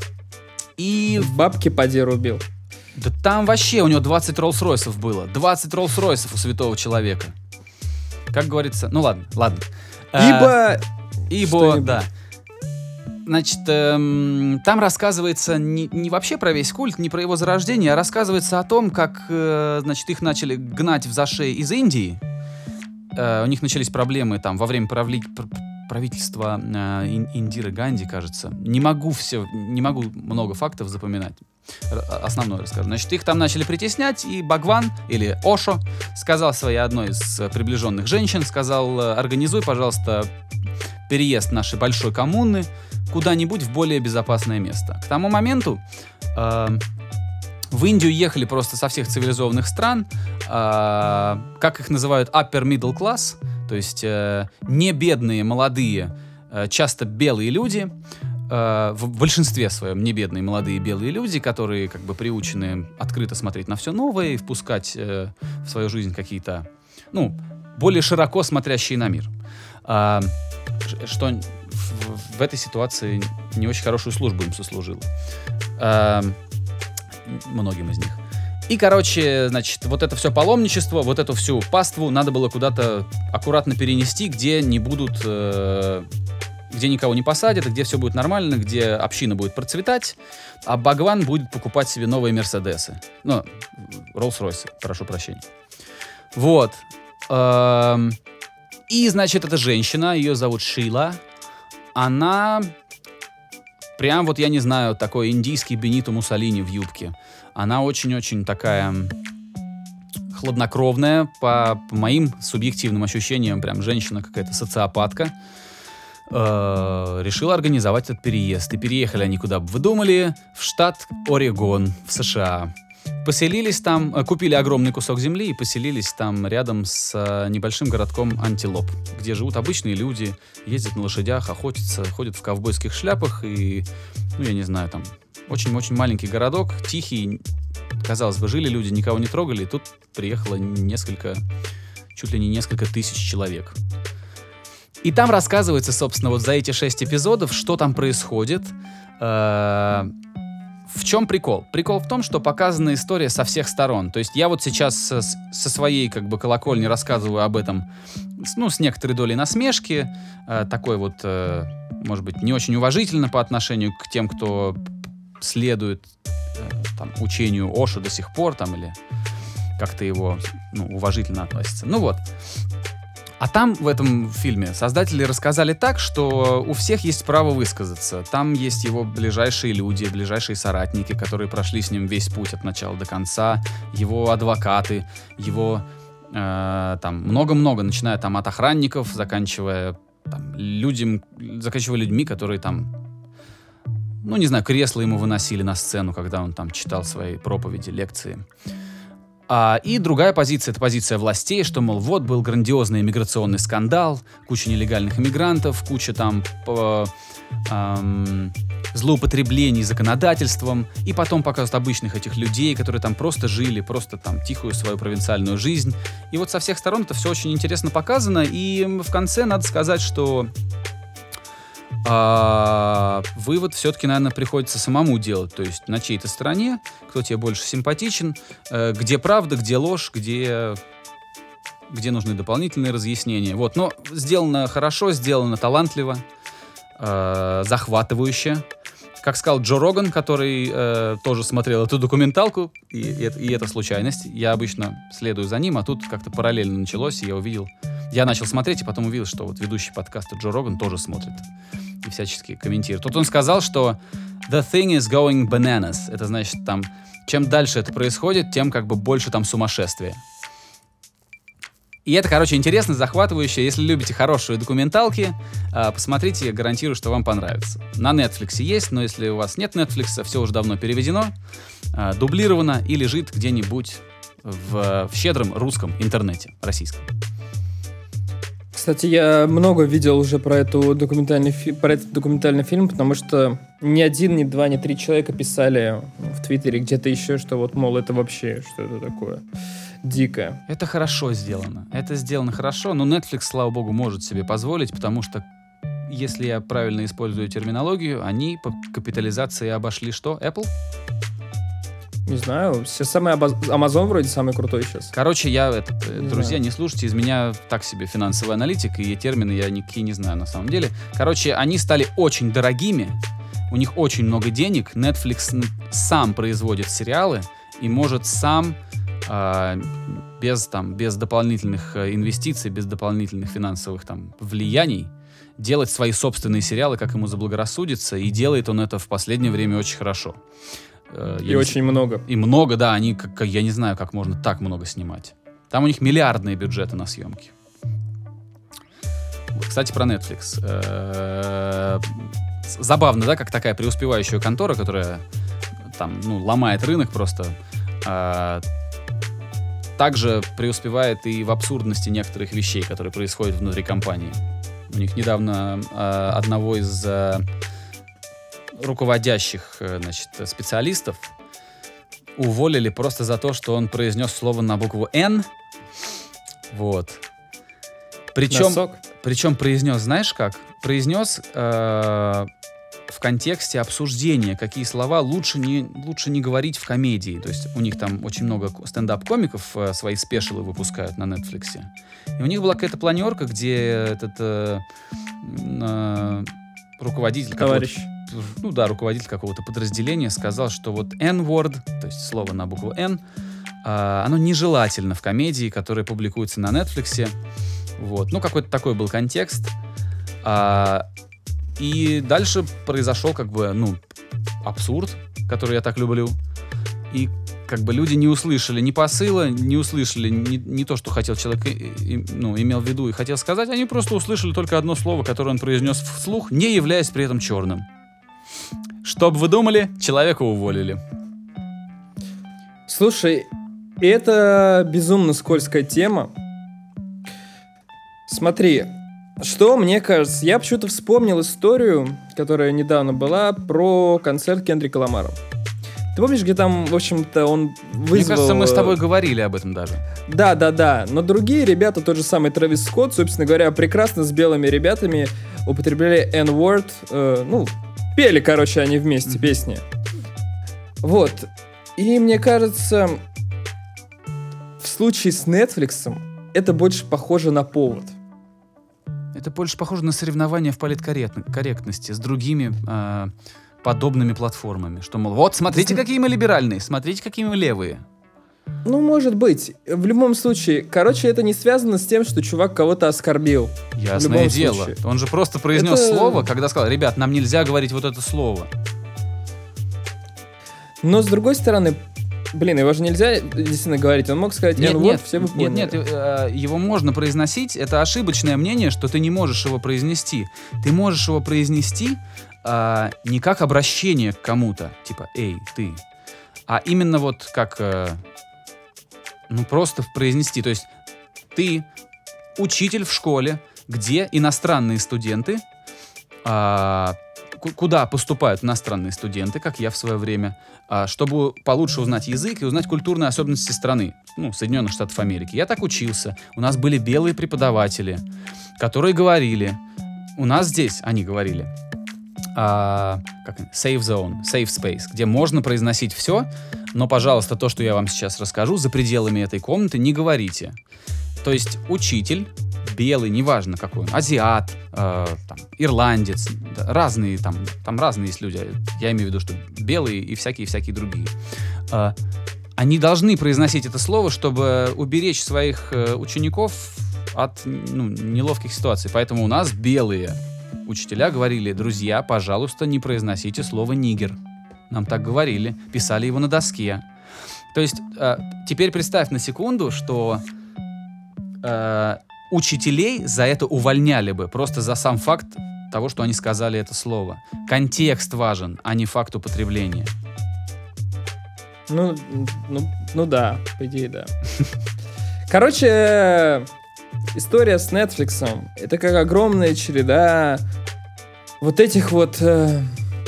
и... Бабки поди рубил. Да там вообще у него двадцать Роллс-Ройсов было. двадцать Роллс-Ройсов у святого человека. Как говорится, ну ладно, ладно. Ибо... Ибо, да. Значит, эм, там рассказывается не, не вообще про весь культ, не про его зарождение, а рассказывается о том, как, э, значит, их начали гнать в зашей из Индии. Э, у них начались проблемы там во время правли... правительства э, Индиры Ганди, кажется. Не могу все, не могу много фактов запоминать. Основное расскажу. Значит, их там начали притеснять, и Бхагван, или Ошо, сказал своей одной из приближенных женщин, сказал: организуй, пожалуйста, переезд нашей большой коммуны куда-нибудь в более безопасное место. К тому моменту э, в Индию ехали просто со всех цивилизованных стран, э, как их называют, upper middle class, то есть э, не бедные, молодые, э, часто белые люди, в большинстве своем не бедные молодые белые люди, которые как бы приучены открыто смотреть на все новое и впускать э, в свою жизнь какие-то, ну, более широко смотрящие на мир. А, что в, в этой ситуации не очень хорошую службу им сослужило. А, многим из них. И, короче, значит, вот это все паломничество, вот эту всю паству надо было куда-то аккуратно перенести, где не будут... Э, где никого не посадят, где все будет нормально, где община будет процветать, а Бхагван будет покупать себе новые Мерседесы. Ну, Роллс-Ройсы, прошу прощения. Вот. И, значит, эта женщина, ее зовут Шила, она прям вот, я не знаю, такой индийский Бенито Муссолини в юбке. Она очень-очень такая хладнокровная, по, по моим субъективным ощущениям, прям женщина какая-то социопатка. Решила организовать этот переезд. И переехали они куда бы вы думали? В штат Орегон, в США. Поселились там, купили огромный кусок земли и поселились там рядом с небольшим городком Антилоп, где живут обычные люди, ездят на лошадях, охотятся, ходят в ковбойских шляпах и, ну, я не знаю, там очень-очень маленький городок, тихий. Казалось бы, жили люди, никого не трогали, и тут приехало несколько, чуть ли не несколько тысяч человек. И там рассказывается, собственно, вот за эти шесть эпизодов, что там происходит. Э-э- в чем прикол? Прикол в том, что показана история со всех сторон. То есть я вот сейчас со, со своей как бы колокольни рассказываю об этом, ну, с некоторой долей насмешки, э- такой вот, э- может быть, не очень уважительно по отношению к тем, кто следует э- там, учению Ошо до сих пор, там, или как-то его, ну, уважительно относится. Ну вот. А там, в этом фильме, создатели рассказали так, что у всех есть право высказаться. Там есть его ближайшие люди, ближайшие соратники, которые прошли с ним весь путь от начала до конца, его адвокаты, его э, там много-много, начиная там от охранников, заканчивая там, людям, заканчивая людьми, которые там ну, не знаю, кресло ему выносили на сцену, когда он там читал свои проповеди, лекции. А, и другая позиция — это позиция властей, что, мол, вот был грандиозный иммиграционный скандал, куча нелегальных иммигрантов, куча там по, эм, злоупотреблений законодательством, и потом показывают обычных этих людей, которые там просто жили, просто там тихую свою провинциальную жизнь. И вот со всех сторон это все очень интересно показано, и в конце надо сказать, что А, вывод все-таки, наверное, приходится самому делать, то есть на чьей-то стороне, кто тебе больше симпатичен, э, где правда, где ложь, где, где нужны дополнительные разъяснения. Вот. Но сделано хорошо, сделано талантливо, э, захватывающе. Как сказал Джо Роган, который э, тоже смотрел эту документалку, и, и, и это случайность. Я обычно следую за ним, а тут как-то параллельно началось, и я увидел... Я начал смотреть, и потом увидел, что вот ведущий подкаста Джо Роган тоже смотрит и всячески комментирует. Тут он сказал, что «the thing is going bananas». Это значит, там, чем дальше это происходит, тем как бы больше там сумасшествия. И это, короче, интересно, захватывающе. Если любите хорошие документалки, посмотрите, я гарантирую, что вам понравится. На Netflix есть, но если у вас нет Netflix, все уже давно переведено, дублировано и лежит где-нибудь в, в щедром русском интернете, российском. Кстати, я много видел уже про, эту документальный фи- про этот документальный фильм, потому что ни один, ни два, ни три человека писали в Твиттере, где-то еще, что вот, мол, это вообще что это такое дикое. Это хорошо сделано. Это сделано хорошо, но Netflix, слава богу, может себе позволить, потому что, если я правильно использую терминологию, они по капитализации обошли что? Apple? Не знаю, все самый Amazon вроде самый крутой сейчас. Короче, я, этот, Не друзья, знаю. не слушайте, из меня так себе финансовый аналитик, и термины я никакие не знаю на самом деле. Короче, они стали очень дорогими, у них очень много денег, Netflix сам производит сериалы и может сам э, без, там, без дополнительных инвестиций, без дополнительных финансовых там, влияний делать свои собственные сериалы, как ему заблагорассудится, и делает он это в последнее время очень хорошо. И Я очень не... много. И много, да, они, как, я не знаю, как можно так много снимать. Там у них миллиардные бюджеты на съемки. Кстати, про Netflix. Забавно, да, как такая преуспевающая контора, которая там, ну, ломает рынок просто, также преуспевает и в абсурдности некоторых вещей, которые происходят внутри компании. У них недавно одного из руководящих, значит, специалистов уволили просто за то, что он произнес слово на букву «Н». Вот. Причем, Носок. причем произнес, знаешь как? Произнес э, в контексте обсуждения, какие слова лучше не, лучше не говорить в комедии. То есть у них там очень много стендап-комиков э, свои спешилы выпускают на Netflix. И у них была какая-то планерка, где этот э, э, руководитель... Товарищ. Ну да, руководитель какого-то подразделения сказал, что вот N-word, то есть слово на букву N, э, оно нежелательно в комедии, которая публикуется на Netflix. Вот. Ну, какой-то такой был контекст. А, и дальше произошел как бы, ну, абсурд, который я так люблю. И как бы люди не услышали ни посыла, не услышали ни, ни то, что хотел человек, и, и, ну, имел в виду и хотел сказать. Они просто услышали только одно слово, которое он произнес вслух, не являясь при этом черным. Что бы вы думали, человека уволили. Слушай, это безумно скользкая тема. Смотри, что мне кажется, я почему-то вспомнил историю, которая недавно была, про концерт Кендрика Ламара. Ты помнишь, где там, в общем-то, он вызвал... Мне кажется, мы с тобой говорили об этом даже. Да, да, да. Но другие ребята, тот же самый Трэвис Скотт, собственно говоря, прекрасно с белыми ребятами употребляли N-word, э, ну, пели, короче, они вместе mm-hmm. песни. Вот. И мне кажется, в случае с Netflix это больше похоже на повод. Это больше похоже на соревнования в политкорректности с другими э, подобными платформами. Что, мол, вот, смотрите, какие мы либеральные, смотрите, какие мы левые. Ну, может быть. В любом случае, короче, это не связано с тем, что чувак кого-то оскорбил. Ясное дело. Случае. Он же просто произнес это... слово, когда сказал, ребят, нам нельзя говорить вот это слово. Но, с другой стороны, блин, его же нельзя действительно говорить. Он мог сказать нет, нет, все вы поняли. Нет, нет, его можно произносить. Это ошибочное мнение, что ты не можешь его произнести. Ты можешь его произнести а, не как обращение к кому-то, типа «эй, ты», а именно вот как, э, ну, просто произнести. То есть ты учитель в школе, где иностранные студенты, а, к- куда поступают иностранные студенты, как я в свое время, а, чтобы получше узнать язык и узнать культурные особенности страны, ну, Соединенных Штатов Америки. Я так учился. У нас были белые преподаватели, которые говорили, у нас здесь, они говорили, а, как, они? safe zone, safe space, где можно произносить все, но, пожалуйста, то, что я вам сейчас расскажу, за пределами этой комнаты не говорите. То есть учитель, белый, неважно какой он, азиат, э, там, ирландец, да, разные там, там разные есть люди, я имею в виду, что белые и всякие-всякие другие. Э, они должны произносить это слово, чтобы уберечь своих э, учеников от, ну, неловких ситуаций. Поэтому у нас белые учителя говорили: друзья, пожалуйста, не произносите слово «нигер». Нам так говорили, писали его на доске. То есть э, теперь представь на секунду, что э, учителей за это увольняли бы, просто за сам факт того, что они сказали это слово. Контекст важен, а не факт употребления. Ну, ну, ну да, по идее, да. Короче, история с Netflix — это как огромная череда вот этих вот э,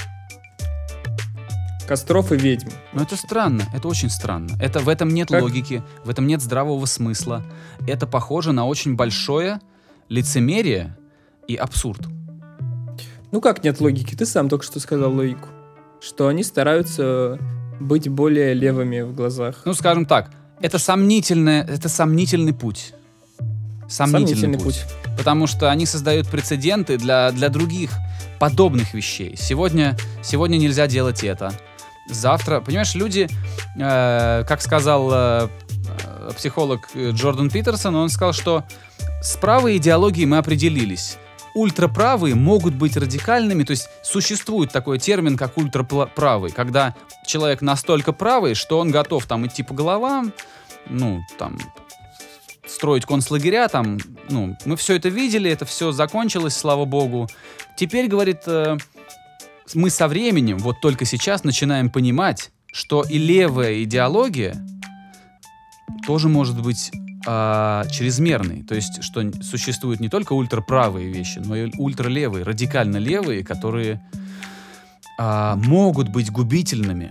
костров и ведьм. Но это странно, это очень странно. Это, в этом нет Как? логики, в этом нет здравого смысла. Это похоже на очень большое лицемерие и абсурд. Ну как нет логики? Ты сам только что сказал логику. Что они стараются быть более левыми в глазах. Ну, скажем так, это сомнительное, это сомнительный путь. Сомнительный, Сомнительный путь. путь. Потому что они создают прецеденты для, для других подобных вещей. Сегодня, сегодня нельзя делать это. Завтра, понимаешь, люди, э, как сказал э, психолог Джордан Питерсон, он сказал, что с правой идеологией мы определились. Ультраправые могут быть радикальными, то есть существует такой термин, как ультраправый, когда человек настолько правый, что он готов там идти по головам, ну, там, строить концлагеря, там, ну, мы все это видели, это все закончилось, слава богу. Теперь, говорит, э, мы со временем, вот только сейчас начинаем понимать, что и левая идеология тоже может быть э, чрезмерной. То есть, что существуют не только ультраправые вещи, но и ультралевые, радикально левые, которые э, могут быть губительными.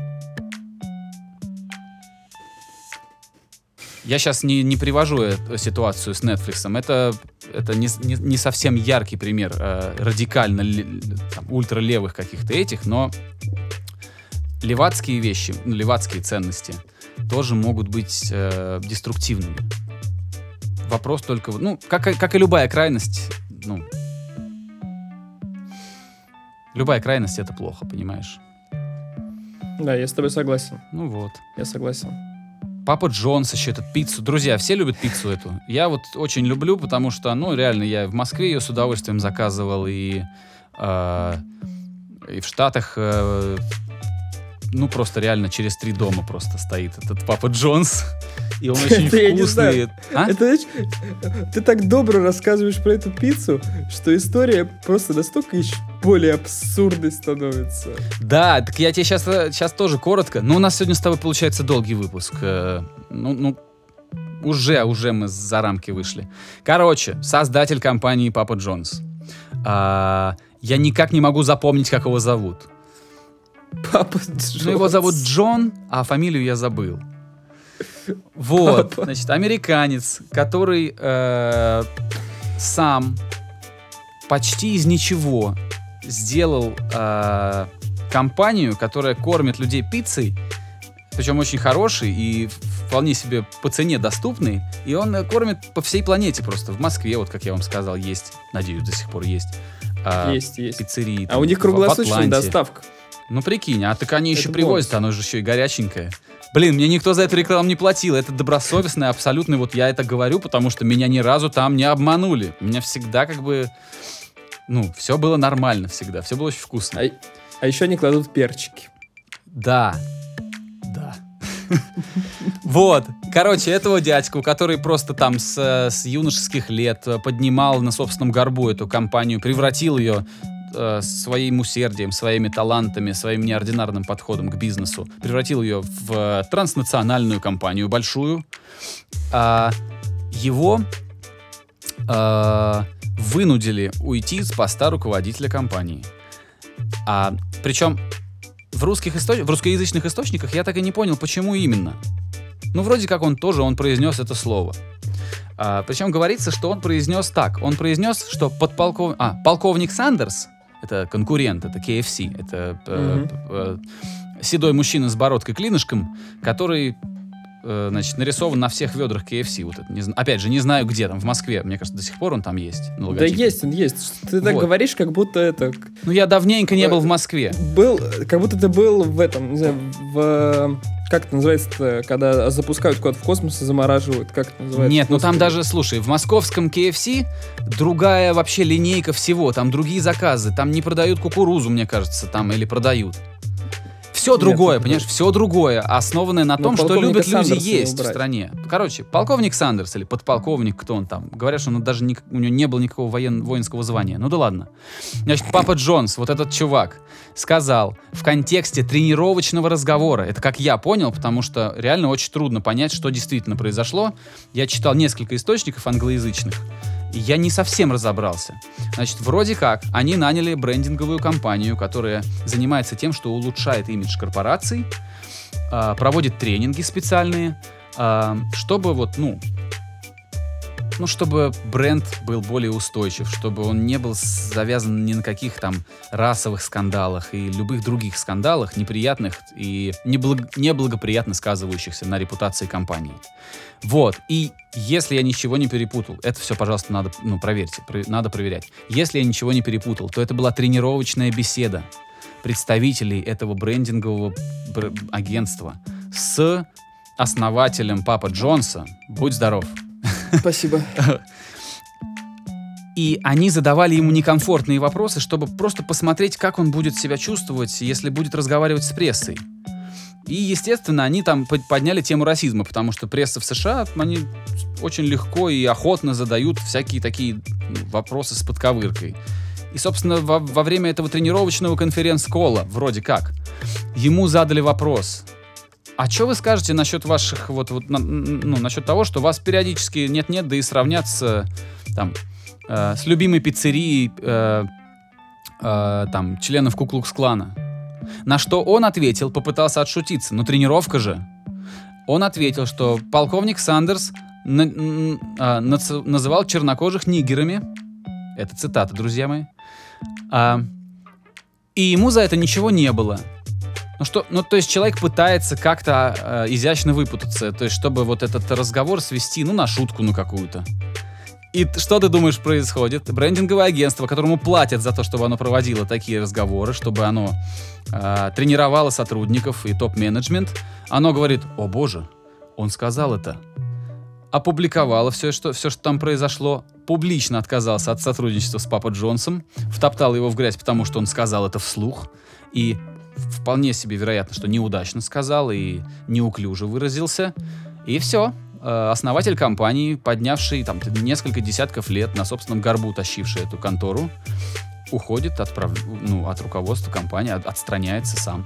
Я сейчас не, не привожу эту ситуацию с Netflix. Это, это не, не, не совсем яркий пример э, радикально ле- там, ультралевых каких-то этих, но левацкие вещи, ну, левацкие ценности тоже могут быть э, деструктивными. Вопрос только... Ну, как, и- как и любая крайность, ну... Любая крайность — это плохо, понимаешь? Да, я с тобой согласен. Ну вот. Я согласен. Папа Джонс еще этот пиццу. Друзья, все любят пиццу эту. Я вот очень люблю, потому что, ну, реально, я в Москве ее с удовольствием заказывал, и, э, и в Штатах, э, ну, просто реально через три дома просто стоит этот Папа Джонс. И он очень Это я не вкусный. знаю. А? Это, знаешь, ты так добро рассказываешь про эту пиццу, что история просто настолько еще более абсурдной становится. Да, так я тебе сейчас, сейчас тоже коротко. Но у нас сегодня с тобой получается долгий выпуск. Э, Ну, ну, уже, уже мы за рамки вышли. Короче, создатель компании Папа Джонс. А, я никак не могу запомнить, как его зовут. Папа Джонс. Ну, его зовут Джон, а фамилию я забыл. Вот, Папа. значит, американец, который э, сам почти из ничего сделал э, компанию, которая кормит людей пиццей, причем очень хороший и вполне себе по цене доступный, и он э, кормит по всей планете просто. В Москве, вот как я вам сказал, есть, надеюсь, до сих пор есть, э, Есть, есть. пиццерии. А там, у них в- в круглосуточная Атланте. доставка. Ну, прикинь, а так они еще Это привозят, бонус. оно же еще и горяченькое. Блин, мне никто за эту рекламу не платил. Это добросовестно, абсолютно. Вот я это говорю, потому что меня ни разу там не обманули. У меня всегда как бы... Ну, все было нормально всегда. Все было очень вкусно. А, а еще они кладут перчики. Да. Да. Вот. Короче, этого дядьку, который просто там с, с юношеских лет поднимал на собственном горбу эту компанию, превратил ее э, своим усердием, своими талантами, своим неординарным подходом к бизнесу превратил ее в э, транснациональную компанию большую. А его э, вынудили уйти с поста руководителя компании. А, причем в, русских источ... в русскоязычных источниках я так и не понял, почему именно. Ну, вроде как он тоже, он произнес это слово. А, причем говорится, что он произнес так. Он произнес, что подполков... а, полковник Сандерс, это конкурент, это кей эф си, это э, э, седой мужчина с бородкой-клинышком, который, э, значит, нарисован на всех ведрах кей эф си. Вот это, не, опять же, не знаю где, там в Москве, мне кажется, до сих пор он там есть. Да есть, он есть. Ты так вот. говоришь, как будто это... Ну, я давненько не был в Москве. Был, как будто ты был в этом, не знаю, в... Как это называется, когда запускают куда-то в космос и замораживают? Как это называется? Нет, ну там даже, слушай, в московском кей эф си другая вообще линейка всего, там другие заказы, там не продают кукурузу, мне кажется, там, или продают. Все другое, Нет, понимаешь, все другое, основанное на том, что любят люди есть в стране. Короче, полковник Сандерс или подполковник, кто он там, говорят, что он даже не, у него не было никакого воен, воинского звания. Ну да ладно. Значит, Папа Джонс, вот этот чувак, сказал в контексте тренировочного разговора, это как я понял, потому что реально очень трудно понять, что действительно произошло. Я читал несколько источников англоязычных, и я не совсем разобрался. Значит, вроде как, они наняли брендинговую компанию, которая занимается тем, что улучшает имидж корпораций, э, проводит тренинги специальные, э, чтобы вот, ну, ну, чтобы бренд был более устойчив, чтобы он не был завязан ни на каких там расовых скандалах и любых других скандалах, неприятных и неблаг... неблагоприятно сказывающихся на репутации компании. Вот, и если я ничего не перепутал, это все, пожалуйста, надо, ну, проверьте, про... надо проверять. Если я ничего не перепутал, то это была тренировочная беседа представителей этого брендингового бр... агентства с основателем Папа Джонса. Будь здоров. Спасибо. И они задавали ему некомфортные вопросы, чтобы просто посмотреть, как он будет себя чувствовать, если будет разговаривать с прессой. И, естественно, они там подняли тему расизма, потому что пресса в США, они очень легко и охотно задают всякие такие вопросы с подковыркой. И, собственно, во, во время этого тренировочного конференц-колла, вроде как, ему задали вопрос: а что вы скажете насчет ваших, вот, вот, на, ну, насчет того, что вас периодически нет-нет, да и сравнят с, там, э, с любимой пиццерией э, э, там, членов Ку-Клукс-клана? На что он ответил, попытался отшутиться, но тренировка же. Он ответил, что полковник Сандерс на, на, на, называл чернокожих нигерами. Это цитата, друзья мои. А, и ему за это ничего не было. Ну, что, ну, то есть человек пытается как-то э, изящно выпутаться, то есть чтобы вот этот разговор свести, ну, на шутку, ну, какую-то. И что ты думаешь происходит? Брендинговое агентство, которому платят за то, чтобы оно проводило такие разговоры, чтобы оно э, тренировало сотрудников и топ-менеджмент, оно говорит: о боже, он сказал это. Опубликовало все что, все, что там произошло, публично отказался от сотрудничества с Папа Джонсом, втоптал его в грязь, потому что он сказал это вслух, и вполне себе вероятно, что неудачно сказал и неуклюже выразился, и все. Основатель компании, поднявший там несколько десятков лет, на собственном горбу тащивший эту контору, уходит от, прав... ну, от руководства компании, от... отстраняется сам.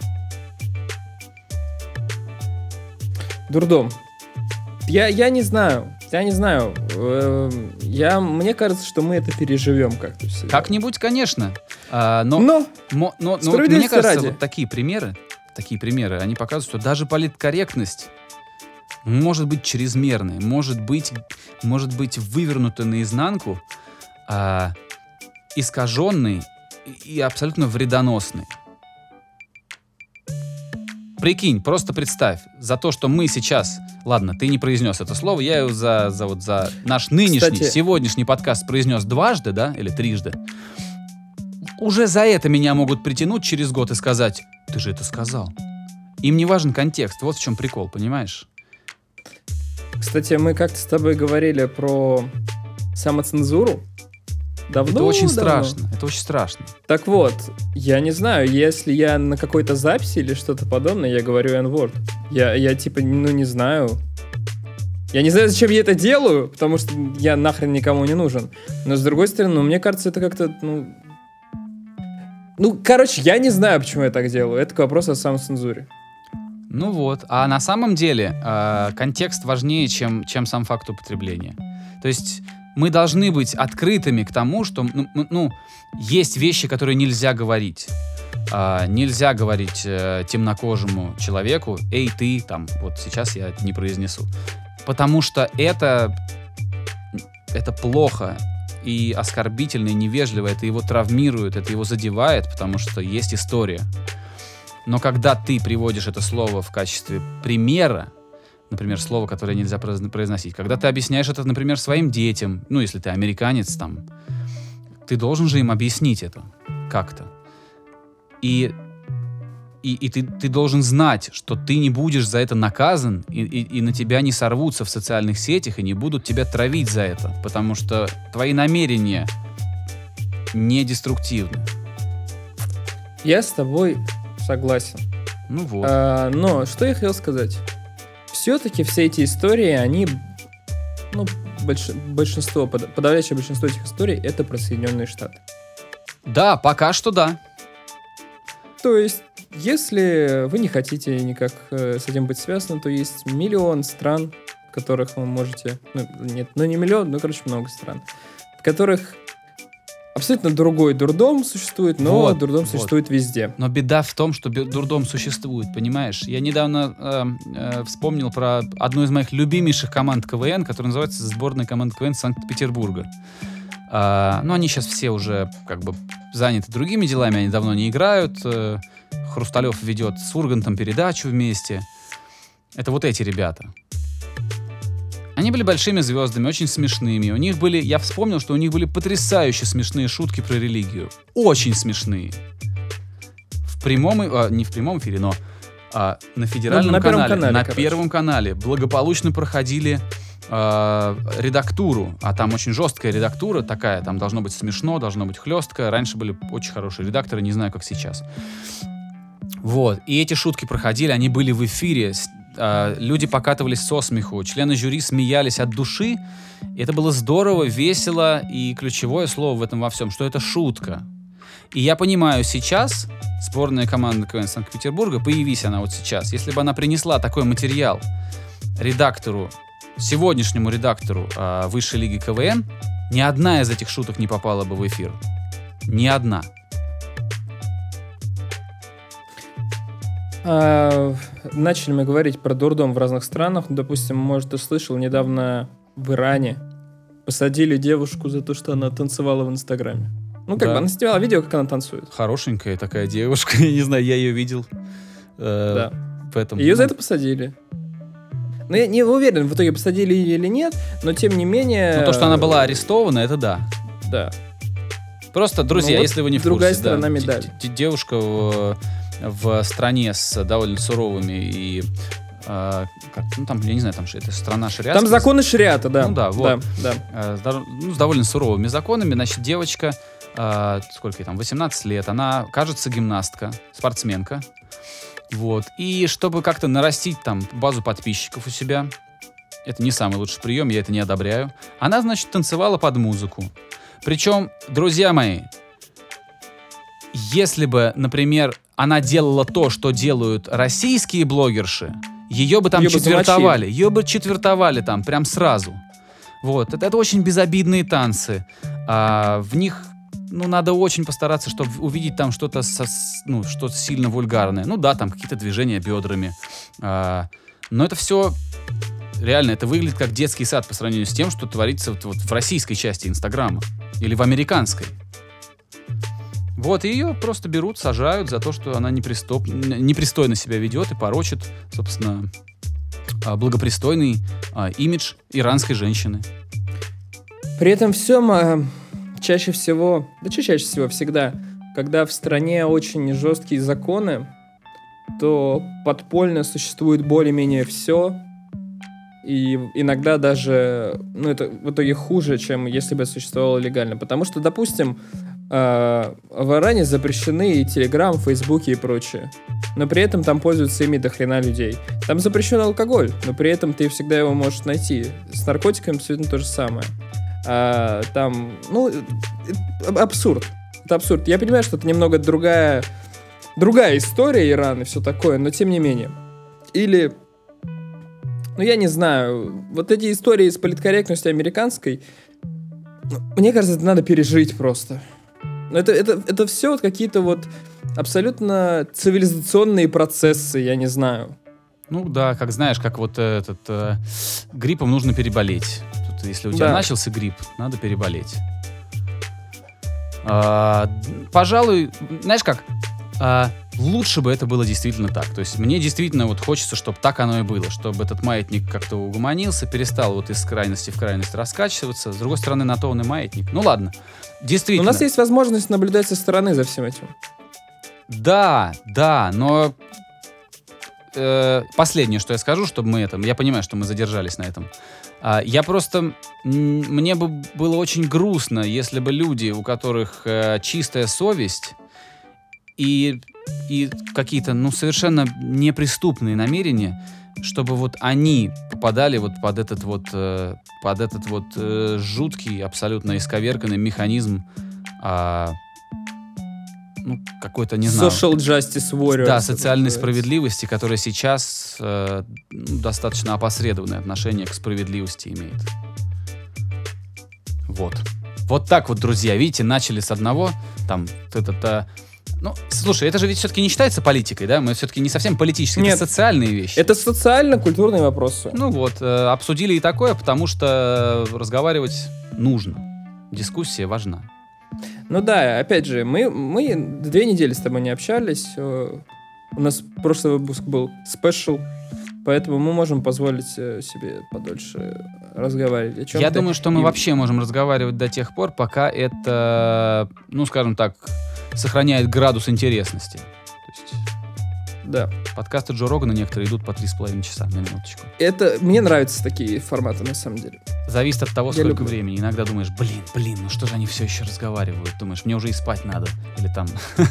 Дурдом. Я, я не знаю, я не знаю. Я, мне кажется, что мы это переживем как-то все. Как-нибудь, конечно. А, но, но, но, но, но мне кажется, ради. вот такие примеры, такие примеры, они показывают, что даже политкорректность может быть чрезмерной, может быть, может быть вывернута наизнанку, а, искаженной и абсолютно вредоносной. Прикинь, просто представь, за то, что мы сейчас... Ладно, ты не произнес это слово, я его за, за, вот, за наш нынешний, Кстати... сегодняшний подкаст произнес дважды, да, или трижды. Уже за это меня могут притянуть через год и сказать: ты же это сказал. Им не важен контекст, вот в чем прикол, понимаешь? Кстати, мы как-то с тобой говорили про самоцензуру. Давно, это очень давно. страшно, это очень страшно. Так вот, я не знаю, если я на какой-то записи или что-то подобное, я говорю N-word. Я, я типа, ну не знаю. Я не знаю, зачем я это делаю, потому что я нахрен никому не нужен. Но с другой стороны, ну, мне кажется, это как-то, ну... Ну, короче, я не знаю, почему я так делаю. Это к вопросу о самоцензуре. Ну вот. А на самом деле э, контекст важнее, чем, чем сам факт употребления. То есть мы должны быть открытыми к тому, что ну, ну, есть вещи, которые нельзя говорить. Э, нельзя говорить э, темнокожему человеку: «Эй, ты», там, вот сейчас я это не произнесу. Потому что это, это плохо и оскорбительно, и невежливо. Это его травмирует, это его задевает, потому что есть история. Но когда ты приводишь это слово в качестве примера, например, слово, которое нельзя произносить, когда ты объясняешь это, например, своим детям, ну, если ты американец, там, ты должен же им объяснить это как-то. И, и, и ты, ты должен знать, что ты не будешь за это наказан, и, и, и на тебя не сорвутся в социальных сетях, и не будут тебя травить за это, потому что твои намерения не деструктивны. Я с тобой согласен. Ну вот. А, но что я хотел сказать? Все-таки все эти истории, они, ну, больш, большинство, подавляющее большинство этих историй, это про Соединенные Штаты. Да, пока что да. То есть, если вы не хотите никак э, с этим быть связаны, то есть миллион стран, в которых вы можете, ну, нет, ну не миллион, ну, короче, много стран, в которых абсолютно другой дурдом существует, но вот, дурдом вот. существует везде. Но беда в том, что дурдом существует, понимаешь? Я недавно э, э, вспомнил про одну из моих любимейших команд КВН, которая называется сборная команда КВН Санкт-Петербурга. Э, но они сейчас все уже как бы заняты другими делами, они давно не играют. Э, Хрусталев ведет с Ургантом передачу вместе. Это вот эти ребята. Они были большими звездами, очень смешными. У них были, я вспомнил, что у них были потрясающе смешные шутки про религию. Очень смешные. В прямом, а, не в прямом эфире, но а, на федеральном ну, на канале, канале, на короче. первом канале благополучно проходили а, редактуру. А там очень жесткая редактура такая, там должно быть смешно, должно быть хлестко. Раньше были очень хорошие редакторы, не знаю, как сейчас. Вот. И эти шутки проходили, они были в эфире. Люди покатывались со смеху, члены жюри смеялись от души. Это было здорово, весело, и ключевое слово в этом во всем, что это шутка. И я понимаю, сейчас сборная команда КВН Санкт-Петербурга, появись она вот сейчас, если бы она принесла такой материал редактору, сегодняшнему редактору э, высшей лиги КВН, ни одна из этих шуток не попала бы в эфир. Ни одна. А, начали мы говорить про дурдом в разных странах. Допустим, может, ты слышал, недавно в Иране посадили девушку за то, что она танцевала в Инстаграме. Ну, как да. бы она снимала видео, как она танцует. Хорошенькая такая девушка, я не знаю, я ее видел. Э, да. В этом. Ее за это посадили. Ну, я не уверен, в итоге посадили ее или нет, но тем не менее... Ну, то, что она была арестована, это да. Да. Просто, друзья, ну, вот если вы не в другая курсе, сторона да, медали. Девушка в, в стране с довольно суровыми и... Э, как, ну, там, я не знаю, там это страна шариатская. Там законы шариата, да. Ну, да, вот. Да, да. Э, ну, с довольно суровыми законами. Значит, девочка, э, сколько ей там, восемнадцать лет, она, кажется, гимнастка, спортсменка. Вот. И чтобы как-то нарастить там базу подписчиков у себя, это не самый лучший прием, я это не одобряю, она, значит, танцевала под музыку. Причем, друзья мои, если бы, например, она делала то, что делают российские блогерши, ее бы там ее четвертовали. Бы ее бы четвертовали там прям сразу. Вот. Это, это очень безобидные танцы. А, в них ну, надо очень постараться, чтобы увидеть там что-то, со, ну, что-то сильно вульгарное. Ну да, там какие-то движения бедрами. А, но это все... Реально, это выглядит как детский сад по сравнению с тем, что творится вот, вот в российской части Инстаграма. Или в американской. Вот, и ее просто берут, сажают за то, что она непристоп... непристойно себя ведет и порочит, собственно, благопристойный а, имидж иранской женщины. При этом всем а, чаще всего, да что чаще всего, всегда, когда в стране очень жесткие законы, то подпольно существует более-менее все, и иногда даже, ну, это в итоге хуже, чем если бы это существовало легально. Потому что, допустим, э, в Иране запрещены и Телеграм, Фейсбуки и прочее. Но при этом там пользуются ими до хрена людей. Там запрещен алкоголь, но при этом ты всегда его можешь найти. С наркотиками абсолютно то же самое. А, там, ну, абсурд. Это абсурд. Я понимаю, что это немного другая, другая история Ирана и все такое, но тем не менее. Или, ну я не знаю, вот эти истории с политкорректностью американской, мне кажется, это надо пережить просто. Это, это, это все вот какие-то вот абсолютно цивилизационные процессы, я не знаю. Ну да, как знаешь, как вот этот э, гриппом нужно переболеть. Тут, если у тебя Да. начался грипп, надо переболеть. А, пожалуй, знаешь как, а, лучше бы это было действительно так. То есть мне действительно вот хочется, чтобы так оно и было, чтобы этот маятник как-то угомонился, перестал вот из крайности в крайность раскачиваться. С другой стороны, на то он и маятник. Ну ладно, действительно. У нас есть возможность наблюдать со стороны за всем этим. Да, да, но э, последнее, что я скажу, чтобы мы это... Я понимаю, что мы задержались на этом. А, я просто... м, Мне бы было очень грустно, если бы люди, у которых э, чистая совесть и, и какие-то, ну, совершенно неприступные намерения, чтобы вот они попадали вот под этот вот, э, под этот вот э, жуткий, абсолютно исковерканный механизм, а, ну, какой-то, не знаю... Social justice warrior. Да, социальной справедливости, которая сейчас э, ну, достаточно опосредованное отношение к справедливости имеет. Вот. Вот так вот, друзья, видите, начали с одного, там, это-то... Ну, слушай, это же ведь все-таки не считается политикой, да? Мы все-таки не совсем политические, Нет. это социальные вещи. Это социально-культурные вопросы. Ну вот, э, обсудили и такое, потому что разговаривать нужно. Дискуссия важна. Ну да, опять же, мы, мы две недели с тобой не общались. э, У нас прошлый выпуск был спешл, поэтому мы можем позволить э, себе подольше разговаривать о чем-то. Я думаю, что мы И- вообще можем разговаривать до тех пор, пока это, ну, скажем так, сохраняет градус интересности. То есть Да. подкасты Джо Рогана некоторые идут по три с половиной часа, на минуточку. Это, мне нравятся такие форматы, на самом деле. Зависит от того, Я сколько люблю. времени. Иногда думаешь, блин, блин, ну что же они все еще разговаривают? Думаешь, мне уже и спать надо. Или там...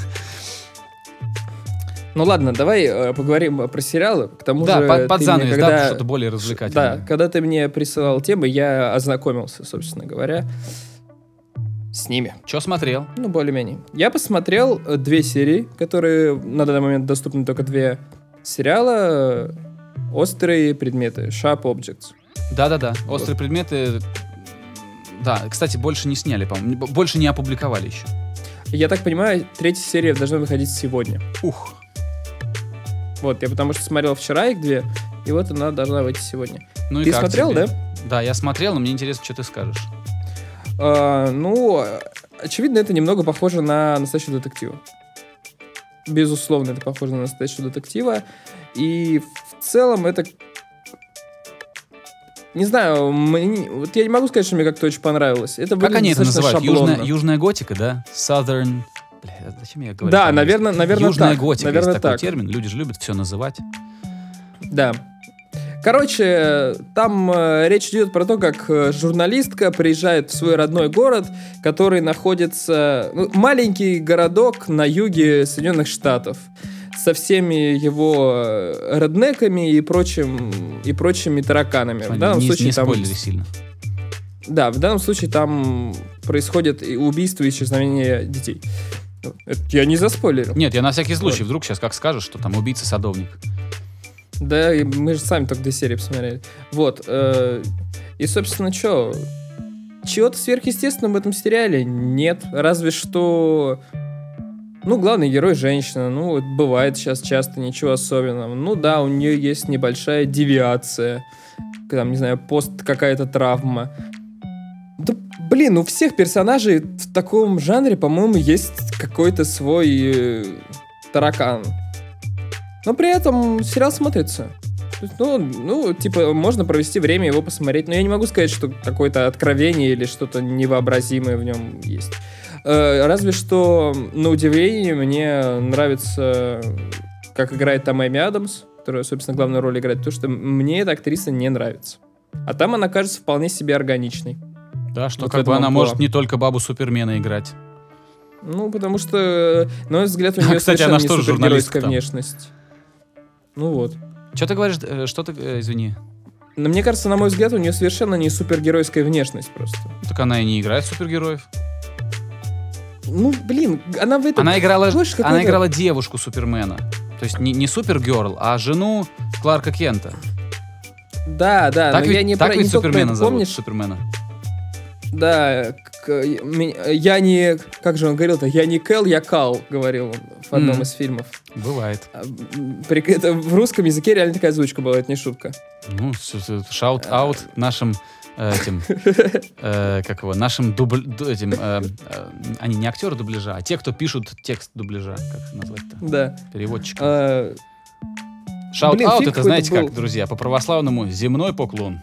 Ну ладно, давай э, поговорим про сериалы. К тому Да, же под, под ты занавес, мне, да, когда- что-то более развлекательное. Да, когда ты мне присылал темы, я ознакомился, собственно говоря, с ними. Че смотрел? Ну, более-менее. Я посмотрел э, две серии, которые на данный момент доступны только две сериала. э, «Острые предметы», Sharp Objects. Да-да-да, острые предметы... Да, кстати, больше не сняли, по-моему. б- Больше не опубликовали еще. Я так понимаю, третья серия должна выходить сегодня. Ух. Вот, я потому что смотрел вчера их две, и вот она должна выйти сегодня. Ну и Ты как смотрел, тебе? да? Да, я смотрел, но мне интересно, что ты скажешь. А, ну, очевидно, это немного похоже на настоящего детектива. Безусловно, это похоже на настоящего детектива. И в целом это... Не знаю, мне- вот я не могу сказать, что мне как-то очень понравилось. Это Как выглядит они это достаточно называют? шаблонно. Южная, южная готика, да? Southern... Бля, зачем я говорю? Да, по-английски? наверное, наверное, Южная так. готика, Наверное, есть такой так. термин. Люди же любят все называть. Да. Короче, там э, речь идет про то, как э, журналистка приезжает в свой родной город, который находится... ну, маленький городок на юге Соединенных Штатов. Со всеми его э, реднеками и прочим и прочими тараканами. В данном не, случае не там... спойлери сильно. Да, в данном случае там происходит и убийство и исчезновение детей. Это я не заспойлерил. Нет, я на всякий случай, Вот. вдруг сейчас как скажешь, что там убийца-садовник. Да, и мы же сами только две серии посмотрели. Вот. э, И, собственно, что? Чего-то сверхъестественного в этом сериале нет. Разве что... Ну, главный герой женщина. Ну, вот бывает сейчас часто, ничего особенного. Ну да, у нее есть небольшая девиация. Там, не знаю, пост какая-то травма. Да, блин, у всех персонажей в таком жанре, по-моему, есть какой-то свой э, таракан. Но при этом сериал смотрится. То есть, Ну, ну, типа, можно провести время, его посмотреть. Но я не могу сказать, что какое-то откровение или что-то невообразимое в нем есть. Э, Разве что, на удивление, мне нравится, как играет там Эми Адамс, которая, собственно, главную роль играет, потому что мне эта актриса не нравится. А там она кажется вполне себе органичной. Да, что Вот как это бы она вам может было. не только бабу Супермена играть. Ну, потому что, на мой взгляд, у А, нее кстати, совершенно она не что же, супергеройская журналистка там? внешность. Ну вот. Что ты говоришь? э, Что ты... э, Извини. Но мне кажется, на мой взгляд, у нее совершенно не супергеройская внешность просто. Так она и не играет супергероев. Ну, блин, она в этом... Она играла, Слышь, она какой-то- играла девушку Супермена. То есть не, не Супергерл, а жену Кларка Кента. Да, да, так но ведь, я не так про... ведь не только про Супермена это, зовут, помнишь? Супермена. Да, к- ми- я не... Как же он говорил-то? Я не Кэл, я Кал, говорил он в одном Мгм. из фильмов. Бывает. А, м, при- Это в русском языке реально такая озвучка была, это не шутка. Ну, шаут-аут нашим э, этим, э, как его, нашим дубль, ду- этим, э, э, они не актеры дубляжа, а те, кто пишут текст дубляжа, как их назвать-то, Да. переводчиком. А, Шаут-аут, блин, фильм это, какой-то знаете был. как, друзья, по-православному земной поклон,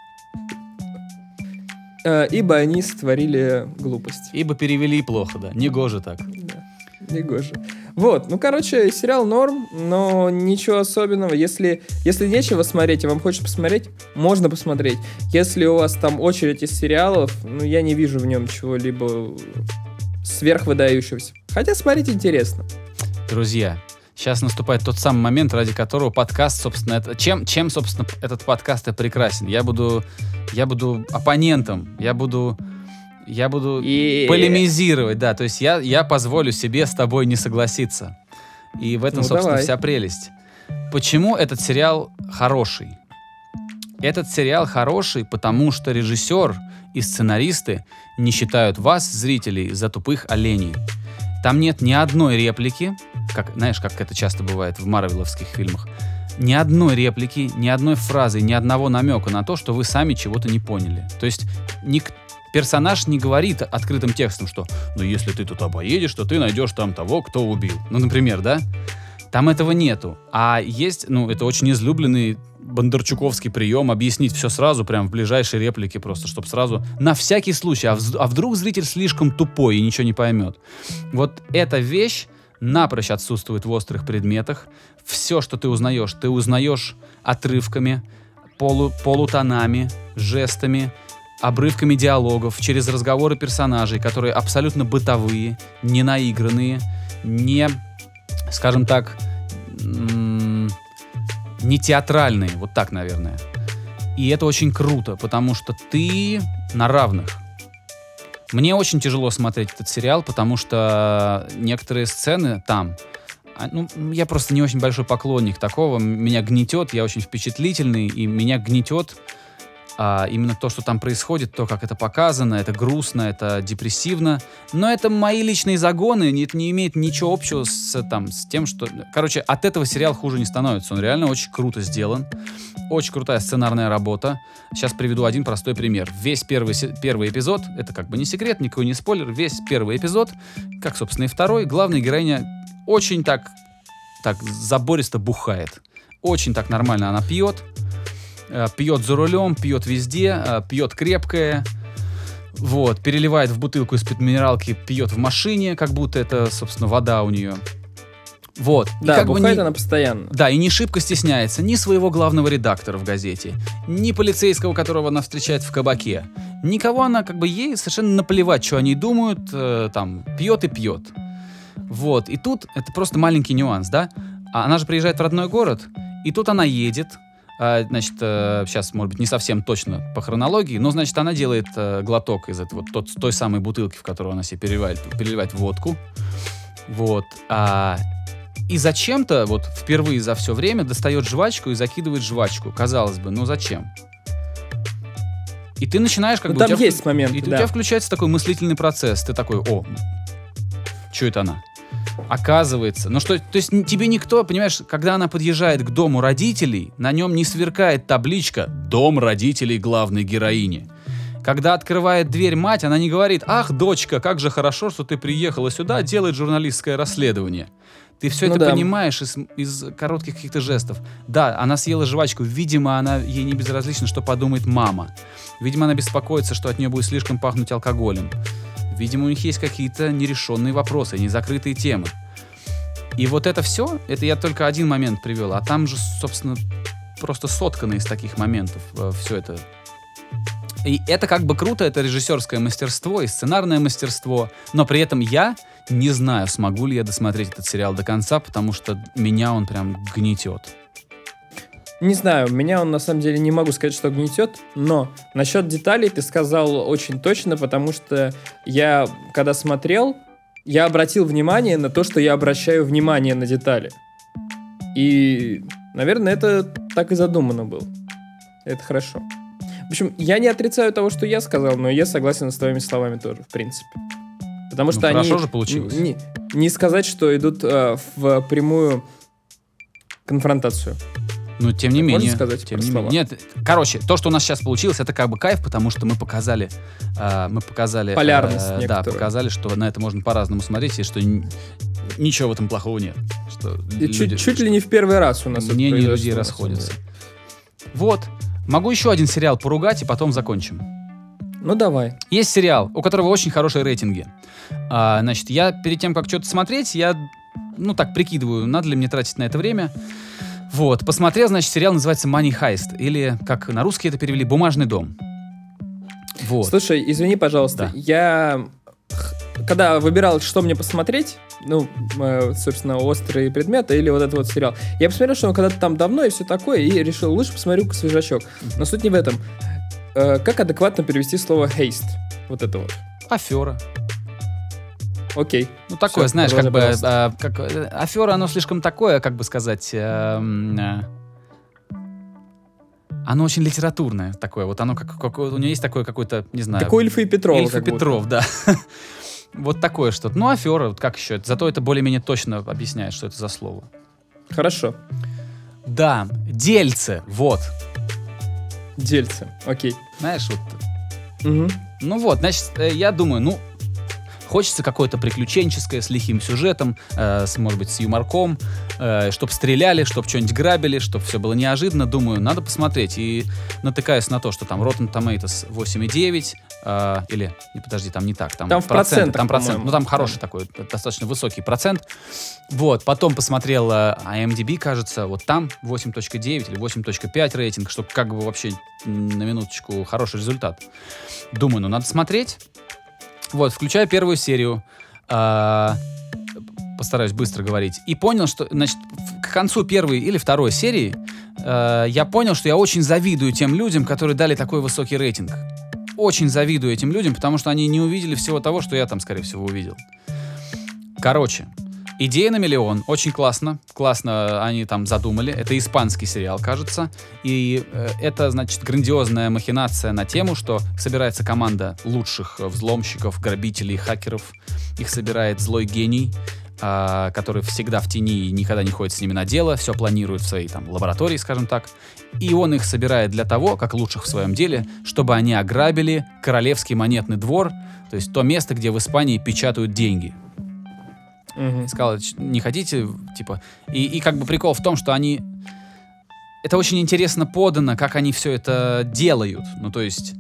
а, ибо они сотворили глупость. ибо перевели плохо, да, негоже так. Да, негоже. Вот, ну, короче, сериал норм, но ничего особенного. Если, если нечего смотреть, и вам хочется посмотреть, можно посмотреть. Если у вас там очередь из сериалов, ну, я не вижу в нем чего-либо сверхвыдающегося. Хотя смотреть интересно. Друзья, сейчас наступает тот самый момент, ради которого подкаст, собственно, это, чем, чем, собственно, этот подкаст и прекрасен. Я буду, я буду оппонентом, я буду, я буду И... полемизировать, да, то есть я, я позволю себе с тобой не согласиться. И в этом, Ну, собственно, давай. вся прелесть. Почему этот сериал хороший? Этот сериал хороший, потому что режиссер и сценаристы не считают вас, зрителей, за тупых оленей. Там нет ни одной реплики, как, знаешь, как это часто бывает в марвеловских фильмах, ни одной реплики, ни одной фразы, ни одного намека на то, что вы сами чего-то не поняли. То есть ник- персонаж не говорит открытым текстом, что «ну если ты туда поедешь, то ты найдешь там того, кто убил». Ну, например, да? Там этого нету. А есть, ну, это очень излюбленный бондарчуковский прием объяснить все сразу, прям в ближайшей реплике просто, чтобы сразу, на всякий случай, а, вз- а вдруг зритель слишком тупой и ничего не поймет. Вот эта вещь напрочь отсутствует в острых предметах. Все, что ты узнаешь, ты узнаешь отрывками, полу, полутонами, жестами, обрывками диалогов, через разговоры персонажей, которые абсолютно бытовые, не наигранные, не, скажем так, м- не театральные, вот так, наверное. И это очень круто, потому что ты на равных. Мне очень тяжело смотреть этот сериал, потому что некоторые сцены там, а, ну, я просто не очень большой поклонник такого, меня гнетет, я очень впечатлительный, и меня гнетет а, именно то, что там происходит, то, как это показано, это грустно, это депрессивно, но это мои личные загоны, это не имеет ничего общего с, там, с тем, что... Короче, от этого сериал хуже не становится, он реально очень круто сделан, очень крутая сценарная работа. Сейчас приведу один простой пример. Весь первый, се- первый эпизод, это как бы не секрет, никакой не спойлер, весь первый эпизод, как, собственно, и второй, главная героиня очень так, так забористо бухает. Очень так нормально она пьет, э, пьет за рулем, пьет везде, э, пьет крепкое, вот, переливает в бутылку из-под минералки, пьет в машине, как будто это, собственно, вода у нее. Вот. И Да, как бы бухает не- она постоянно. Да, и не шибко стесняется ни своего главного редактора в газете, ни полицейского, которого она встречает в кабаке. Никого она, как бы, ей совершенно наплевать, что они думают, э, там, пьет и пьет. Вот, и тут это просто маленький нюанс, да? А она же приезжает в родной город, и тут она едет, э, значит, э, сейчас, может быть, не совсем точно по хронологии, но, значит, она делает э, глоток из этого, тот, той самой бутылки, в которую она себе переливает, переливает водку. Вот, а... И зачем-то, вот впервые за все время, достает жвачку и закидывает жвачку. Казалось бы, ну зачем? И ты начинаешь как Ну, бы... у там тебя есть вк- момент, И у да. тебя включается такой мыслительный процесс. Ты такой, о, что это она? Оказывается. Ну что, то есть н- тебе никто, понимаешь, когда она подъезжает к дому родителей, на нем не сверкает табличка «Дом родителей главной героини». Когда открывает дверь мать, она не говорит: «Ах, дочка, как же хорошо, что ты приехала сюда делать журналистское расследование». Ты все Ну это да. понимаешь из, из коротких каких-то жестов. Да, она съела жвачку. Видимо, она, ей не безразлично, что подумает мама. Видимо, она беспокоится, что от нее будет слишком пахнуть алкоголем. Видимо, у них есть какие-то нерешенные вопросы, незакрытые темы. И вот это все, это я только один момент привел, а там же, собственно, просто соткано из таких моментов все это. И это как бы круто, это режиссерское мастерство и сценарное мастерство, но при этом я не знаю, смогу ли я досмотреть этот сериал до конца, потому что меня он прям гнетет. Не знаю, меня он на самом деле не могу сказать, что гнетет, но насчет деталей ты сказал очень точно, потому что я, когда смотрел, я обратил внимание на то, что я обращаю внимание на детали. И, наверное, это так и задумано было. Это хорошо. В общем, я не отрицаю того, что я сказал, но я согласен с твоими словами тоже, в принципе. Потому что ну, они... хорошо же получилось. Не, не сказать, что идут э, в прямую конфронтацию. Ну, тем не так менее. Можно сказать тем про не слова? менее. Нет, короче, то, что у нас сейчас получилось, это как бы кайф, потому что мы показали... Э, мы показали... Полярность э, некоторую. Да, показали, что на это можно по-разному смотреть, и что н- ничего в этом плохого нет. Что И люди- чуть, чуть ли не в первый раз у нас это мнения произошло, людей на расходятся. самом Вот. Могу еще один сериал поругать, и потом закончим. деле. Ну, давай. Есть сериал, у которого очень хорошие рейтинги. А, значит, я перед тем, как что-то смотреть, я, ну, так прикидываю, надо ли мне тратить на это время. Вот, посмотрел, значит, сериал называется Money Heist, или, как на русский это перевели, «Бумажный дом». Вот. Слушай, извини, пожалуйста, Да. я... Когда выбирал, что мне посмотреть, ну, э, собственно, «Острые предметы» или вот этот вот сериал, я посмотрел, что он когда-то там давно и все такое, и решил, лучше посмотрю свежачок. Но суть не в этом. Э, как адекватно перевести слово «haste»? Вот это вот. Афера. Окей. Ну, такое, Всё, знаешь, как бы, продолжай, а, как, э, афера, оно слишком такое, как бы сказать, эм, э, оно очень литературное такое, вот оно как, как у него есть такое какое-то, не знаю... Как у Ильфа и Петрова. Ильф и как будто. Петров, да. Вот такое что-то. Ну, афера, вот как еще? Зато это более-менее точно объясняет, что это за слово. Хорошо. Да, дельце, вот. Дельце. Окей. Знаешь, вот. Мгм. Ну вот, значит, э, я думаю, ну, хочется какое-то приключенческое, с лихим сюжетом, э, с, может быть, с юморком, э, чтоб стреляли, чтоб что-нибудь грабили, чтоб все было неожиданно. Думаю, надо посмотреть. И натыкаюсь на то, что там Rotten Tomatoes восемь и девять, э, или, не, подожди, там не так. Там, Там в проценты, процентах, там процент. по-моему. Ну, там хороший такой, достаточно высокий процент. Вот, потом посмотрел э, ай эм ди би, кажется, вот там восемь и девять или восемь и пять рейтинг, что как бы вообще, м, на минуточку, хороший результат. Думаю, ну, надо смотреть. Вот, включаю первую серию, а, постараюсь быстро говорить, и понял, что, значит, в- к концу первой или второй серии а, я понял, что я очень завидую тем людям, которые дали такой высокий рейтинг. Очень завидую этим людям, потому что они не увидели всего того, что я там, скорее всего, увидел. Короче, идея на миллион, очень классно, классно они там задумали, это испанский сериал, кажется, и э, это, значит, грандиозная махинация на тему, что собирается команда лучших э, взломщиков, грабителей, хакеров, их собирает злой гений, а, который всегда в тени и никогда не ходит с ними на дело, все планирует в своей там лаборатории, скажем так, и он их собирает для того, как лучших в своем деле, чтобы они ограбили Королевский монетный двор, то есть то место, где в Испании печатают деньги. Мгм. Сказала, «Ч- не хотите, типа... И, и как бы прикол в том, что они... Это очень интересно подано, как они все это делают. Ну, то есть...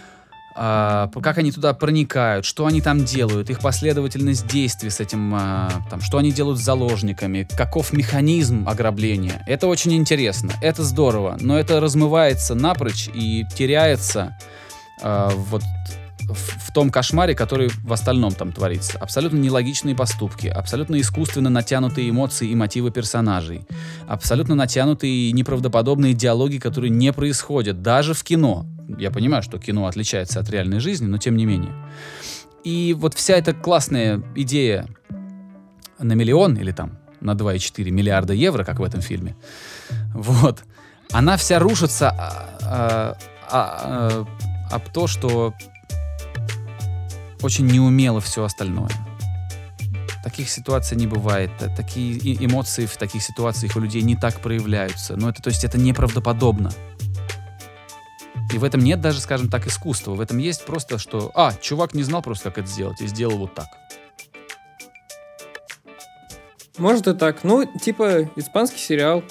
а, как они туда проникают, что они там делают, их последовательность действий с этим, а, там, что они делают с заложниками, каков механизм ограбления. Это очень интересно, это здорово, но это размывается напрочь и теряется а, вот в, в том кошмаре, который в остальном там творится. Абсолютно нелогичные поступки, абсолютно искусственно натянутые эмоции и мотивы персонажей, абсолютно натянутые и неправдоподобные диалоги, которые не происходят даже в кино. Я понимаю, что кино отличается от реальной жизни, но тем не менее. И вот вся эта классная идея на миллион или там на два и четыре миллиарда евро, как в этом фильме, вот, она вся рушится а, а, а, а, об то, что очень неумело все остальное. Таких ситуаций не бывает. Т- Такие и- эмоции в таких ситуациях у людей не так проявляются. Но это, то есть, это неправдоподобно. И в этом нет даже, скажем так, искусства. В этом есть просто, что, а, чувак не знал просто, как это сделать, и сделал вот так. Может и так. Ну, типа, испанский сериал.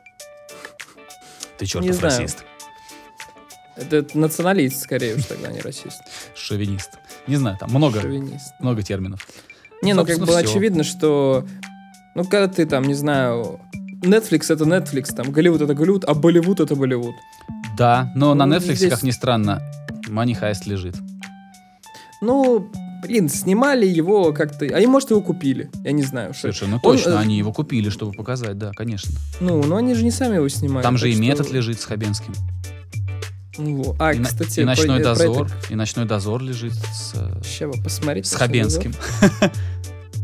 Ты чертов Не знаю. расист. Это националист, скорее уж тогда, не расист. Шовинист. Не знаю, там много, Шовинист. много терминов. Не, ну как Собственно, бы всё. очевидно, что... Ну, когда ты там, не знаю... Netflix это Netflix, там, Голливуд это Голливуд, а Болливуд это Болливуд. Да, но Ну, на Netflix, здесь- как ни странно, Money Heist лежит. Ну, блин, снимали его как-то... А и, может, его купили. Я не знаю. что- Слушай, ну Он, точно, э, они его купили, чтобы показать, да, конечно. Ну, но они же не сами его снимали. Там же так и что- метод лежит с Хабенским. Ну, а, и, на- кстати... и ночной про- про дозор, это- и ночной дозор лежит с, э, Ща вы посмотрите. с «Ночной Хабенским. дозор».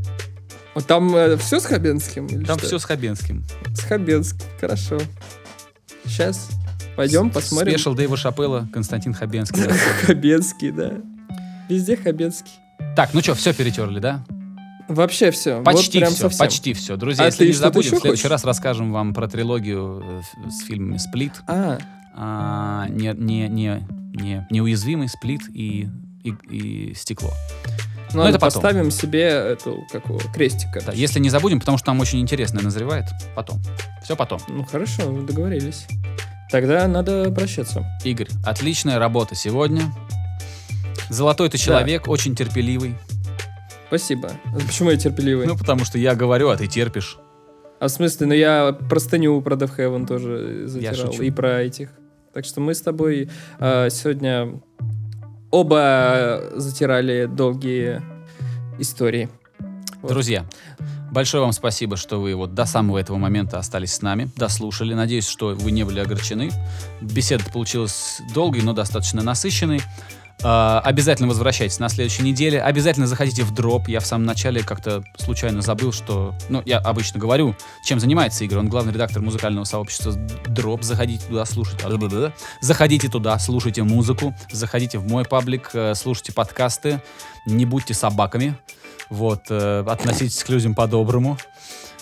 Вот там э, все с Хабенским? Или Там что? все с Хабенским. С Хабенским, хорошо. Сейчас пойдем посмотрим. Спешл Дэйва Шапелла, Константин Хабенский. Хабенский, да. Везде Хабенский. Так, ну что, все перетерли, да? Вообще все. Почти вот прям все, совсем. почти все. Друзья, А если ты не что-то забудем, еще в следующий хочешь? раз расскажем вам про трилогию э, с фильмами «Сплит», А, а, не, не, не, не, «Неуязвимый», «Сплит» и, и, и «Стекло». ну, это ладно, потом. поставим себе эту, какого, крестик. Да, короче. если не забудем, потому что там очень интересное назревает, потом. Все потом. Ну, хорошо, договорились. Тогда надо прощаться. Игорь, отличная работа сегодня. Золотой ты человек, очень терпеливый. Спасибо. А почему я терпеливый? Ну, потому что я говорю, а ты терпишь. А в смысле, ну я простыню про Death Heaven тоже Я затирал. шучу. И про этих. Так что мы с тобой э, сегодня оба затирали долгие истории. Вот. Друзья, большое вам спасибо, что вы вот до самого этого момента остались с нами, дослушали. Надеюсь, что вы не были огорчены. Беседа получилась долгой, но достаточно насыщенной. Uh, обязательно возвращайтесь на следующей неделе. Обязательно заходите в дроп. Я в самом начале как-то случайно забыл, что... Ну, я обычно говорю, чем занимается Игорь. Он главный редактор музыкального сообщества дроп. Заходите туда, слушайте. Заходите туда, слушайте музыку. Заходите в мой паблик, слушайте подкасты. Не будьте собаками. Вот. Uh, относитесь к людям по-доброму.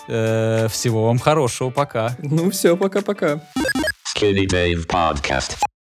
Uh, всего вам хорошего. Пока. Ну все, пока-пока. Skinny Dave Podcast.